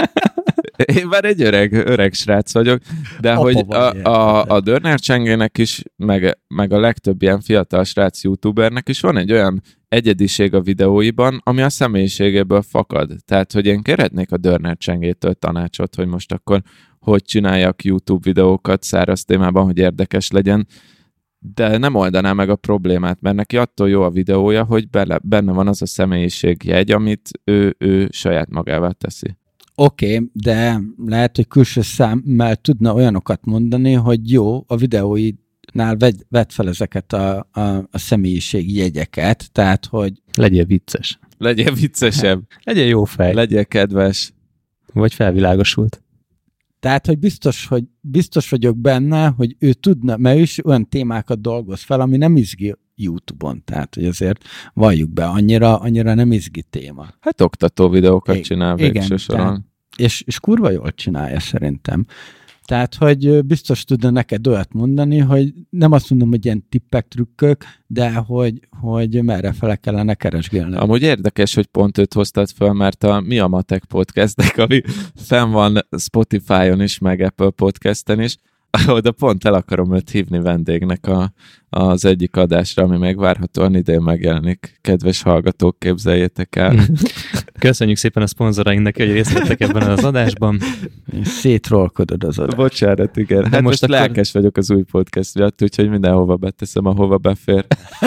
Én már egy öreg srác vagyok, de hogy a Dörner Csengének is, meg a legtöbb ilyen fiatal srác youtubernek is van egy olyan egyediség a videóiban, ami a személyiségéből fakad. Tehát, hogy én kérhetnék a Dörner Csengétől tanácsot, hogy most akkor hogy csináljak YouTube videókat száraz témában, hogy érdekes legyen, de nem oldaná meg a problémát, mert neki attól jó a videója, hogy benne van az a személyiségjegy, amit ő saját magává teszi. Oké, de lehet, hogy külső számmel tudna olyanokat mondani, hogy jó, a videóidnál vedd fel ezeket a személyiségjegyeket, tehát, hogy... Legyél vicces. Legyél viccesebb. Legyél jó fej. Legyél kedves. Vagy felvilágosult. Tehát, hogy biztos vagyok benne, hogy ő tudna, mert ő is olyan témákat dolgoz fel, ami nem izgi YouTube-on. Tehát, hogy azért valljuk be, annyira nem izgi téma. Hát oktató videókat csinál végső soron. És kurva jól csinálja szerintem. Tehát, hogy biztos tudna neked olyat mondani, hogy nem azt mondom, hogy ilyen tippek, trükkök, de hogy merre fele kellene keresgélni. Amúgy érdekes, hogy pont őt hoztad fel, mert a Mi a Matek podcastnek, ami fenn van Spotify-on is, meg Apple Podcasten is, oda pont el akarom őt hívni vendégnek az egyik adásra, ami megvárhatóan idén megjelenik. Kedves hallgatók, képzeljétek el. Köszönjük szépen a szponzorainknak, hogy részt vettek ebben az adásban. Szétrolkodod az adást. Bocsánat, igen. Hát most akkor... lelkes vagyok az új podcast miatt, úgyhogy mindenhova beteszem, ahova befér.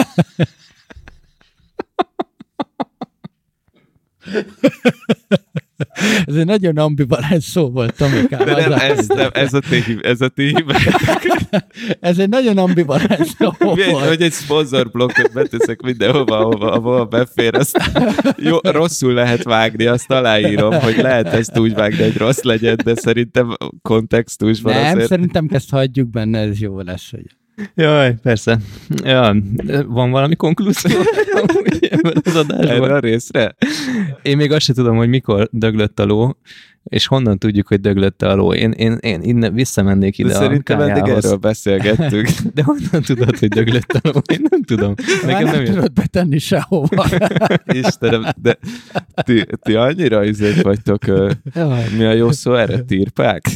Ez egy nagyon ambivalens szó volt, Tomikám. De nem, ez a ti Ez egy nagyon ambivalens szó volt. Hogy egy szponzorblokkot beteszek mindenhova, ahova befér, azt jó, rosszul lehet vágni, azt aláírom, hogy lehet ezt úgy vágni, hogy rossz legyen, de szerintem kontextusban nem, azért... szerintem ezt hagyjuk benne, ez jó lesz, hogy... Jaj, persze. Ja, van valami konklúzió ebben az adásban? Erre a részre? Én még azt sem tudom, hogy mikor döglött a ló, és honnan tudjuk, hogy döglötte a ló. Én innen visszamennék ide. De szerintem eddig erről beszélgettünk. De honnan tudod, hogy döglött a ló? Én nem tudom. Nekem nem tudod betenni sehova. Istenem, de ti annyira izét vagytok, mi a jó szó erre? Tirpák?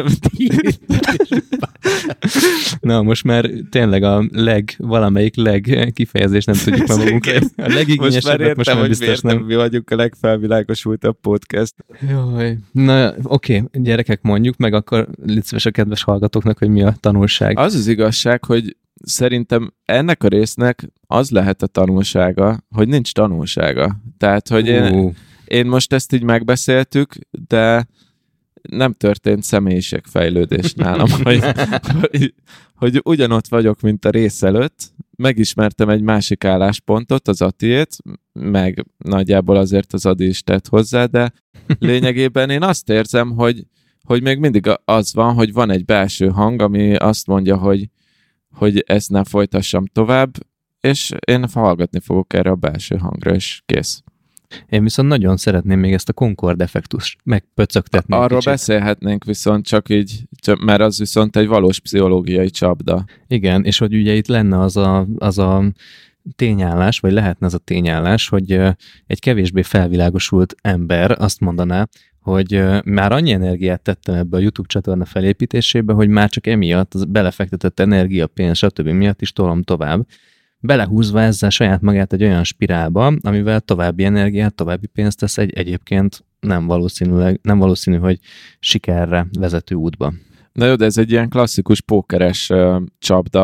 Na, most már tényleg valamelyik kifejezést nem tudjuk már magunkra. A legigényesebbet most már biztos nem. Mi vagyunk a legfelvilágosultabb podcast. Jaj. Na, oké, gyerekek, mondjuk meg akkor légy szíves a kedves hallgatóknak, hogy mi a tanulság. Az az igazság, hogy szerintem ennek a résznek az lehet a tanulsága, hogy nincs tanulsága. Tehát, hogy én most ezt így megbeszéltük, de nem történt személyiségfejlődés nálam, hogy ugyanott vagyok, mint a rész előtt, megismertem egy másik álláspontot, az Attiét, meg nagyjából azért az Adi is tett hozzá, de lényegében én azt érzem, hogy még mindig az van, hogy van egy belső hang, ami azt mondja, hogy ezt ne folytassam tovább, és én hallgatni fogok erre a belső hangra, és kész. Én viszont nagyon szeretném még ezt a Concord effektust megpöcögtetni. Arról beszélhetnénk viszont csak így, mert az viszont egy valós pszichológiai csapda. Igen, és hogy ugye itt lenne az a tényállás, vagy lehetne ez a tényállás, hogy egy kevésbé felvilágosult ember azt mondaná, hogy már annyi energiát tettem ebbe a YouTube csatorna felépítésébe, hogy már csak emiatt az belefektetett energia, pénz, stb. Miatt is tolom tovább, belehúzva ezzel saját magát egy olyan spirálba, amivel további energiát, további pénzt tesz egy egyébként nem valószínű, hogy sikerre vezető útba. Na jó, de ez egy ilyen klasszikus pókeres csapda,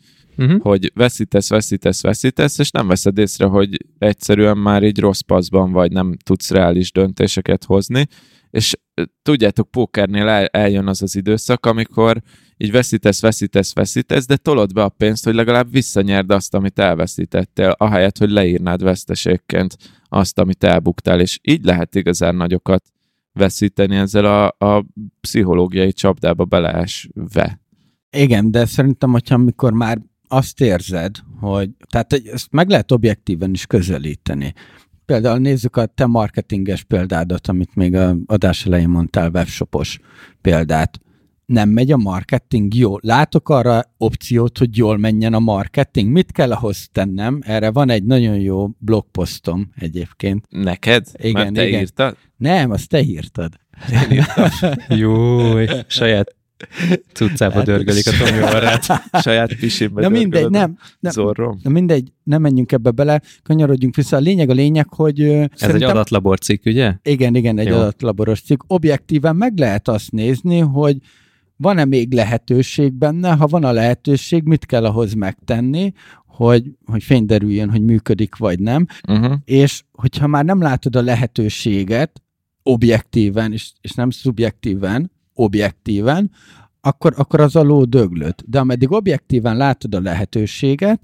hogy veszítesz, és nem veszed észre, hogy egyszerűen már így rossz paszban vagy, nem tudsz reális döntéseket hozni, és tudjátok, pókernél eljön az az időszak, amikor így veszítesz, de tolod be a pénzt, hogy legalább visszanyerd azt, amit elveszítettél, ahelyett, hogy leírnád veszteségként azt, amit elbuktál, és így lehet igazán nagyokat veszíteni ezzel a pszichológiai csapdába beleesve. Igen, de szerintem, hogyha amikor már azt érzed, hogy tehát ezt meg lehet objektíven is közelíteni. Például nézzük a te marketinges példádat, amit még az adás elején mondtál, webshopos példát. Nem megy a marketing jól. Látok arra opciót, hogy jól menjen a marketing. Mit kell ahhoz tennem? Erre van egy nagyon jó blogposztom egyébként. Neked? Igen, mert te írtad? Nem, azt te írtad. Én írtam. Jó, saját cuccába dörgölik a Tomi orrát. Saját pisimbe Na mindegy, nem. Zorrom. Na mindegy, nem menjünk ebbe bele, kanyarodjunk vissza. A lényeg, hogy ez egy adatlabor cikk, ugye? Igen, egy adatlaboros cikk. Objektíven meg lehet azt nézni, hogy van-e még lehetőség benne, ha van a lehetőség, mit kell ahhoz megtenni, hogy fényderüljön, hogy működik vagy nem. És hogyha már nem látod a lehetőséget objektíven, és nem szubjektíven, objektíven, akkor az a ló döglött. De ameddig objektíven látod a lehetőséget,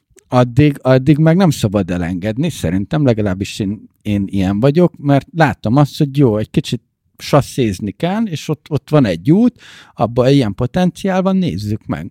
addig meg nem szabad elengedni, szerintem, legalábbis én ilyen vagyok, mert láttam azt, hogy jó, egy kicsit sasszézni kell, és ott van egy út, abban ilyen potenciál van, nézzük meg.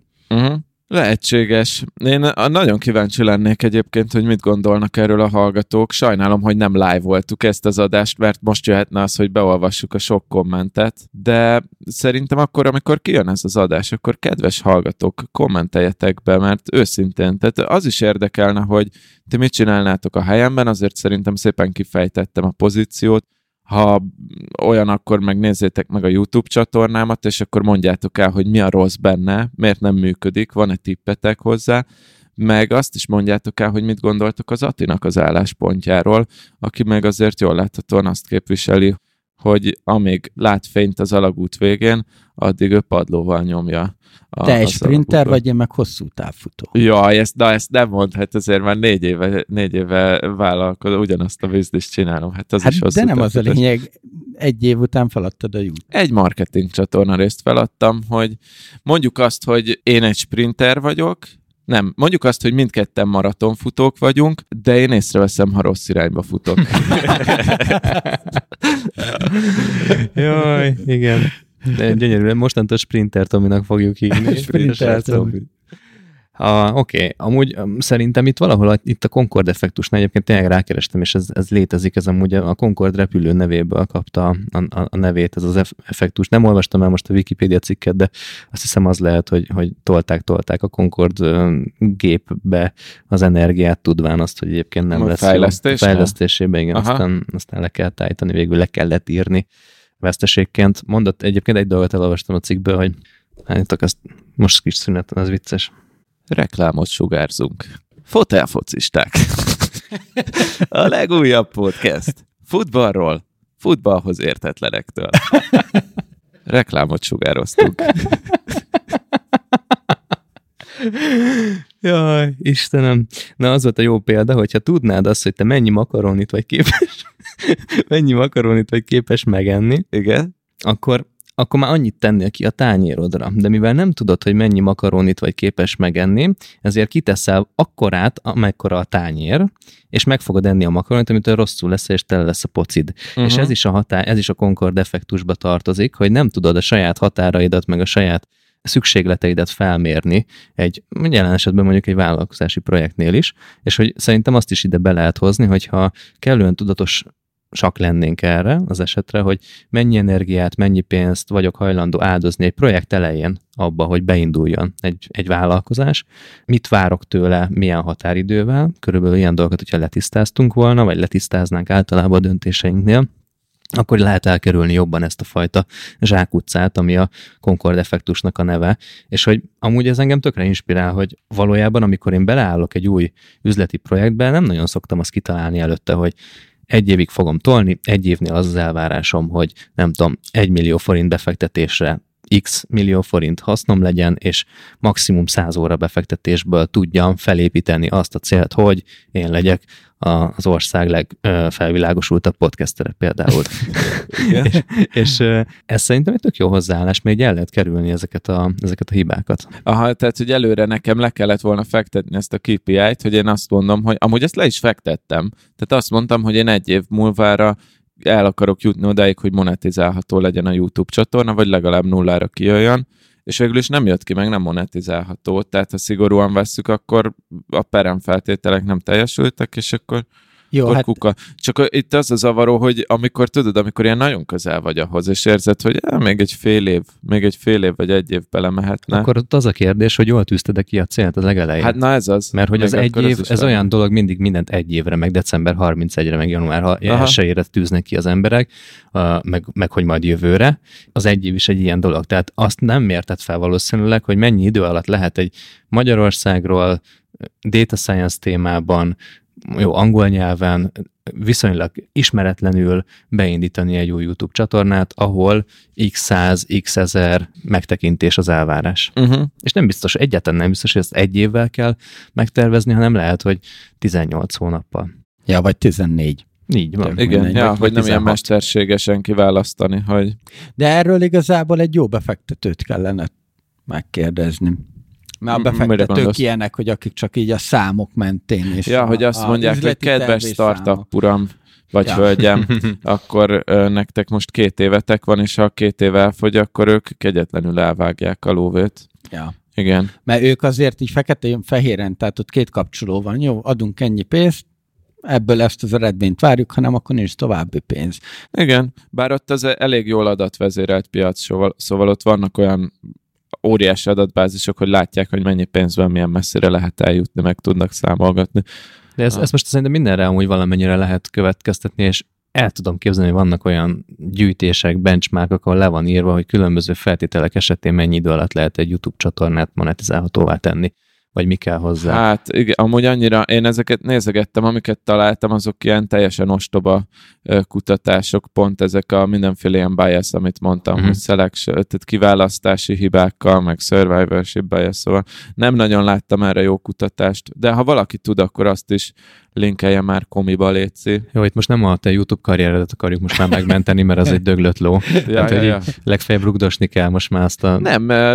Lehetséges. Én nagyon kíváncsi lennék egyébként, hogy mit gondolnak erről a hallgatók. Sajnálom, hogy nem live voltuk ezt az adást, mert most jöhetne az, hogy beolvassuk a sok kommentet, de szerintem akkor, amikor kijön ez az adás, akkor kedves hallgatók, kommenteljetek be, mert őszintén, tehát az is érdekelne, hogy ti mit csinálnátok a helyemben, azért szerintem szépen kifejtettem a pozíciót. Ha olyan, akkor megnézzétek meg a YouTube csatornámat, és akkor mondjátok el, hogy mi a rossz benne, miért nem működik, van-e tippetek hozzá, meg azt is mondjátok el, hogy mit gondoltok az Attinak az álláspontjáról, aki meg azért jól láthatóan azt képviseli, hogy amíg lát fényt az alagút végén, addig ő padlóval nyomja. Te egy sprinter vagy, én meg hosszú távfutó. Jaj, ezt nem mondd, hát azért már 4 éve vállalkozom, ugyanazt a biznist csinálom. Hát is hosszú de nem az a lényeg, 1 év után feladtad a YouTube. Egy marketing csatorna részt feladtam, hogy mondjuk azt, hogy én egy sprinter vagyok, nem, mondjuk azt, hogy mindketten maratonfutók vagyunk, de én észreveszem, ha rossz irányba futok. Jaj, igen. De gyönyörű, mostantól Sprinter Tominak fogjuk hívni. Sprinter Tomi. Oké, amúgy szerintem itt valahol itt a Concorde effektusnál egyébként tényleg rákerestem, és ez létezik, ez amúgy a Concorde repülő nevéből kapta a nevét, ez az effektus. Nem olvastam el most a Wikipédia cikket, de azt hiszem az lehet, hogy tolták a Concorde gépbe az energiát, tudván azt, hogy egyébként nem lesz fejlesztésében, igen, aztán le kell tájtani, végül le kellett írni veszteségként. Mondott egyébként egy dolgot, elolvastam a cikkből, hogy ezt most kis szüneten, ez vicces. Reklámot sugárzunk. Fotelfocisták. A legújabb podcast. Futballról, futballhoz értetlenektől. Reklámot sugároztunk. Jaj, Istenem. Na, az volt a jó példa, hogyha tudnád azt, hogy te mennyi makaronit vagy képes megenni, igen, akkor már annyit tennél ki a tányérodra. De mivel nem tudod, hogy mennyi makaronit vagy képes megenni, ezért kiteszel akkorát, amekkora a tányér, és meg fogod enni a makaronit, amitől rosszul lesz, és tele lesz a pocid. És ez is a Concorde effektusba tartozik, hogy nem tudod a saját határaidat, meg a saját szükségleteidet felmérni jelen esetben mondjuk egy vállalkozási projektnél is, és hogy szerintem azt is ide be lehet hozni, hogyha kellően tudatos sak lennénk erre az esetre, hogy mennyi energiát, mennyi pénzt vagyok hajlandó áldozni egy projekt elején abba, hogy beinduljon egy vállalkozás, mit várok tőle, milyen határidővel, körülbelül ilyen dolgokat, hogyha letisztáztunk volna, vagy letisztáznánk általában a döntéseinknél, akkor lehet elkerülni jobban ezt a fajta zsákutcát, ami a Concord effektusnak a neve, és hogy amúgy ez engem tökre inspirál, hogy valójában, amikor én beleállok egy új üzleti projektbe, nem nagyon szoktam azt kitalálni előtte, hogy 1 évig fogom tolni, 1 évnél az elvárásom, hogy nem tudom, 1 millió forint befektetésre x millió forint hasznom legyen, és maximum 100 óra befektetésből tudjam felépíteni azt a célt, hogy én legyek az ország legfelvilágosultabb podcastere például. és ez szerintem egy tök jó hozzáállás, mert így el lehet kerülni ezeket a hibákat. Aha, tehát, hogy előre nekem le kellett volna fektetni ezt a KPI-t, hogy én azt mondom, hogy amúgy ezt le is fektettem. Tehát azt mondtam, hogy én 1 év múlvára el akarok jutni odáig, hogy monetizálható legyen a YouTube csatorna, vagy legalább 0-ra kijöjjön, és végül is nem jött ki, meg nem monetizálható. Tehát ha szigorúan vesszük, akkor a peremfeltételek nem teljesültek, és akkor jó, hát... kuka. Csak itt az a zavaró, hogy amikor ilyen nagyon közel vagy ahhoz, és érzed, hogy még egy fél év vagy 1 év belemehetne. Akkor ott az a kérdés, hogy jól tűzted ki a célt az legelején. Hát na ez az. Mert hogy az 1 év, ez olyan dolog, mindig mindent 1 évre, meg december 31-re, meg január 1-ére tűznek ki az emberek, meg hogy majd jövőre. Az 1 év is egy ilyen dolog. Tehát azt nem mérted fel valószínűleg, hogy mennyi idő alatt lehet egy Magyarországról data science témában, jó, angol nyelven viszonylag ismeretlenül beindítani egy új YouTube csatornát, ahol x100, x1000 megtekintés az elvárás. És nem biztos, egyáltalán nem biztos, hogy ezt 1 évvel kell megtervezni, hanem lehet, hogy 18 hónappal. Ja, vagy 14. Így van. Igen, hogy nem ilyen mesterségesen kiválasztani, hogy... De erről igazából egy jó befektetőt kellene megkérdezni. Mert a befektetők ilyenek, hogy akik csak így a számok mentén. És hogy azt mondják, hogy kedves startup uram, vagy hölgyem, akkor nektek most 2 évetek van, és ha 2 év elfogy, akkor ők kegyetlenül elvágják a lóvét. Ja. Igen. Mert ők azért így feketén-fehéren, tehát ott 2 kapcsoló van. Jó, adunk ennyi pénzt, ebből ezt az eredményt várjuk, hanem akkor nincs további pénz. Igen, bár ott az elég jól adatvezérelt piac, szóval ott vannak olyan óriási adatbázisok, hogy látják, hogy mennyi pénzben milyen messzire lehet eljutni, meg tudnak számolgatni. De ezt most szerintem mindenre amúgy valamennyire lehet következtetni, és el tudom képzelni, hogy vannak olyan gyűjtések, benchmarkok, ahol le van írva, hogy különböző feltételek esetén mennyi idő alatt lehet egy YouTube csatornát monetizálhatóvá tenni, vagy mi kell hozzá. Hát igen, amúgy annyira, én ezeket nézegettem, amiket találtam, azok ilyen teljesen ostoba kutatások, pont ezek a mindenféle ilyen bias, amit mondtam, hogy selection, tehát kiválasztási hibákkal, meg survivorship bias, szóval nem nagyon láttam erre jó kutatást, de ha valaki tud, akkor azt is linkelje már komiba, létszi. Jó, itt most nem a te YouTube karrieredet akarjuk most már megmenteni, mert az egy döglött ló. Legfeljebb rugdosni kell most már azt a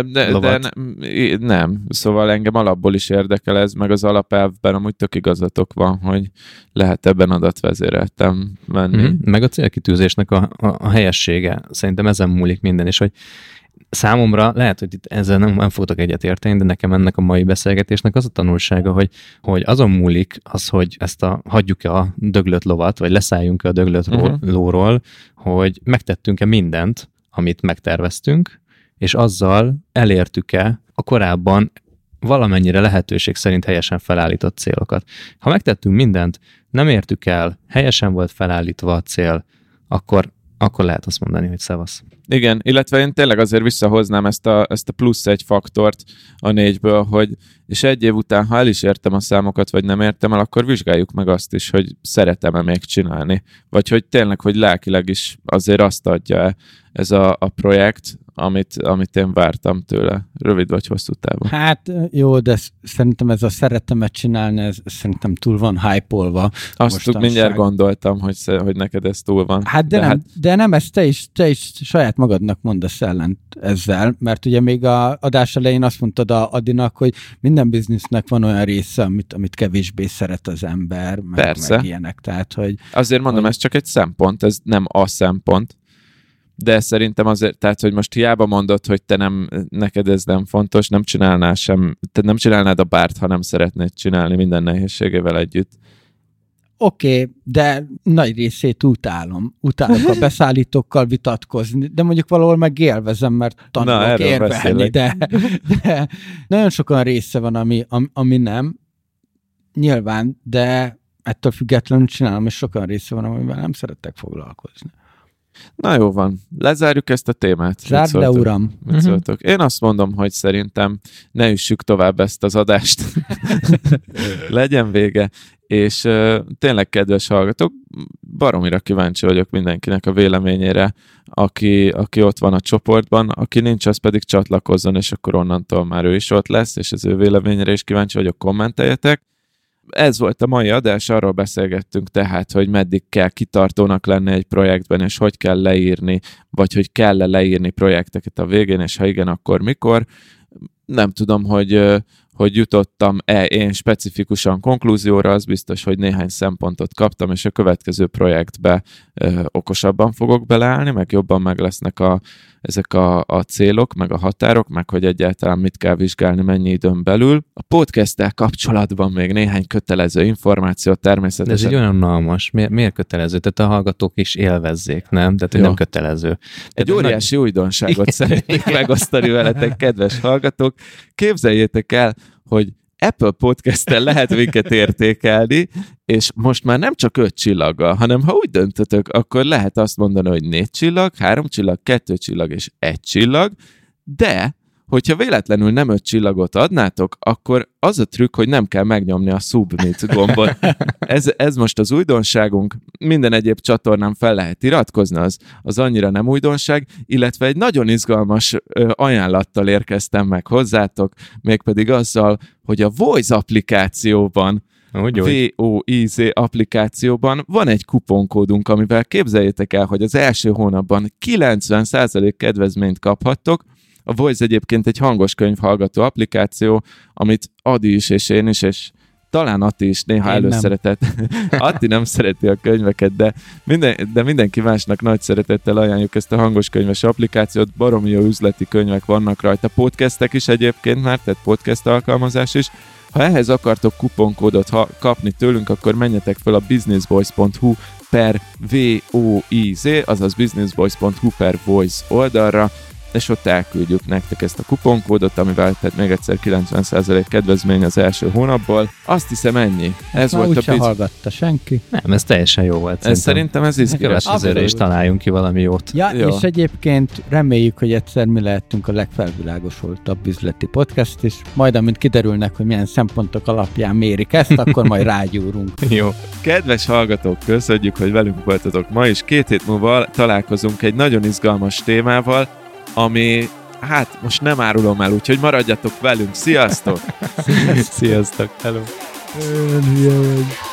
Nem. Szóval engem alapból is érdekel ez, meg az alapelvben amúgy tök igazatok van, hogy lehet ebben adatvezéreltem menni. Meg a célkitűzésnek a helyessége. Szerintem ezen múlik minden, és hogy számomra lehet, hogy itt ezzel nem fogtok egyet érteni, de nekem ennek a mai beszélgetésnek az a tanulsága, hogy azon múlik az, hogy hagyjuk-e a döglött lovat, vagy leszálljunk-e a döglött lóról, hogy megtettünk-e mindent, amit megterveztünk, és azzal elértük-e a korábban valamennyire lehetőség szerint helyesen felállított célokat. Ha megtettünk mindent, nem értük el, helyesen volt felállítva a cél, akkor lehet azt mondani, hogy szevasz. Igen, illetve én tényleg azért visszahoznám ezt a plusz 1 faktort a 4-ből, hogy és 1 év után, ha el is értem a számokat, vagy nem értem el, akkor vizsgáljuk meg azt is, hogy szeretem-e még csinálni. Vagy hogy tényleg, hogy lelkileg is azért azt adja ez a projekt, amit én vártam tőle, rövid vagy hosszú távon. Hát jó, de szerintem ez a szeretemet csinálni, ez szerintem túl van hype-olva. Azt mindjárt gondoltam, hogy neked ez túl van. Hát de nem, ezt te is saját magadnak mondasz ellent ezzel, mert ugye még a adás elején azt mondtad a Adinak, hogy minden biznisznek van olyan része, amit kevésbé szeret az ember, meg ilyenek. Tehát, hogy, azért mondom, ez csak egy szempont, ez nem a szempont. De szerintem azért, tehát, hogy most hiába mondod, hogy neked ez nem fontos, nem csinálnád a bárt, ha nem szeretnéd csinálni minden nehézségével együtt. Oké, de nagy részét utálom. Utálok a beszállítókkal vitatkozni, de mondjuk valahol meg élvezem, mert tanulok érvelni, de nagyon sokan része van, ami nem. Nyilván, de ettől függetlenül csinálom, és sokan része van, amivel nem szeretek foglalkozni. Na jó van, lezárjuk ezt a témát. Zárd le, uram. Mit szóltok? Én azt mondom, hogy szerintem ne üssük tovább ezt az adást. Legyen vége. És tényleg, kedves hallgatók, baromira kíváncsi vagyok mindenkinek a véleményére, aki ott van a csoportban, aki nincs, az pedig csatlakozzon, és akkor onnantól már ő is ott lesz, és az ő véleményére is kíváncsi vagyok, kommenteljetek. Ez volt a mai adás, arról beszélgettünk tehát, hogy meddig kell kitartónak lenni egy projektben, és hogy kell leírni, vagy hogy kell-e leírni projekteket a végén, és ha igen, akkor mikor. Nem tudom, hogy jutottam-e én specifikusan konklúzióra, az biztos, hogy néhány szempontot kaptam, és a következő projektbe okosabban fogok beleállni, meg jobban meg lesznek ezek a célok, meg a határok, meg hogy egyáltalán mit kell vizsgálni, mennyi időn belül. A podcasttel kapcsolatban még néhány kötelező információ természetesen. De ez egy olyan unalmas. Miért kötelező? Tehát a hallgatók is élvezzék, nem? Tehát nem kötelező. Egy óriási újdonságot szeretnék megosztani veletek, kedves hallgatók. Képzeljétek el, hogy Apple Podcast-tel lehet minket értékelni, és most már nem csak 5 csillaggal, hanem ha úgy döntötök, akkor lehet azt mondani, hogy 4 csillag, 3 csillag, 2 csillag és 1 csillag, de hogyha véletlenül nem 5 csillagot adnátok, akkor az a trükk, hogy nem kell megnyomni a submit gombot. Ez most az újdonságunk, minden egyéb csatornán fel lehet iratkozni, az annyira nem újdonság, illetve egy nagyon izgalmas ajánlattal érkeztem meg hozzátok, mégpedig azzal, hogy a Voice applikációban, VOIZ applikációban van egy kuponkódunk, amivel képzeljétek el, hogy az első hónapban 90% kedvezményt kaphattok. A Voice egyébként egy hangos könyvhallgató applikáció, amit Adi is és én is, és talán Atti is néha előszeretett. Atti nem szereti a könyveket, de mindenki másnak nagy szeretettel ajánljuk ezt a hangos könyves applikációt. Baromi jó üzleti könyvek vannak rajta, podcastek is egyébként már, tehát podcast alkalmazás is. Ha ehhez akartok kuponkódot kapni tőlünk, akkor menjetek fel a businessvoice.hu/VOIZ, azaz businessvoice.hu/voice oldalra, és ott elküldjük nektek ezt a kuponkódot, amivel tehát még egyszer 90% kedvezmény az első hónapból. Azt hiszem ennyi. Ez volt a hallgatta senki. Nem, ez teljesen jó volt. Szerintem ez izgalmas. Azért is találjunk ki valami jót. Ja, jó. És egyébként reméljük, hogy egyszer mi lehetünk a legfelvilágosultabb üzleti podcast is. Majd amint kiderülnek, hogy milyen szempontok alapján mérik ezt, akkor majd rágyúrunk. Jó. Kedves hallgatók, köszönjük, hogy velünk voltatok ma is. 2 hét múlva találkozunk egy nagyon izgalmas témával, ami, hát most nem árulom el, úgyhogy maradjatok velünk. Sziasztok! Sziasztok! Hello!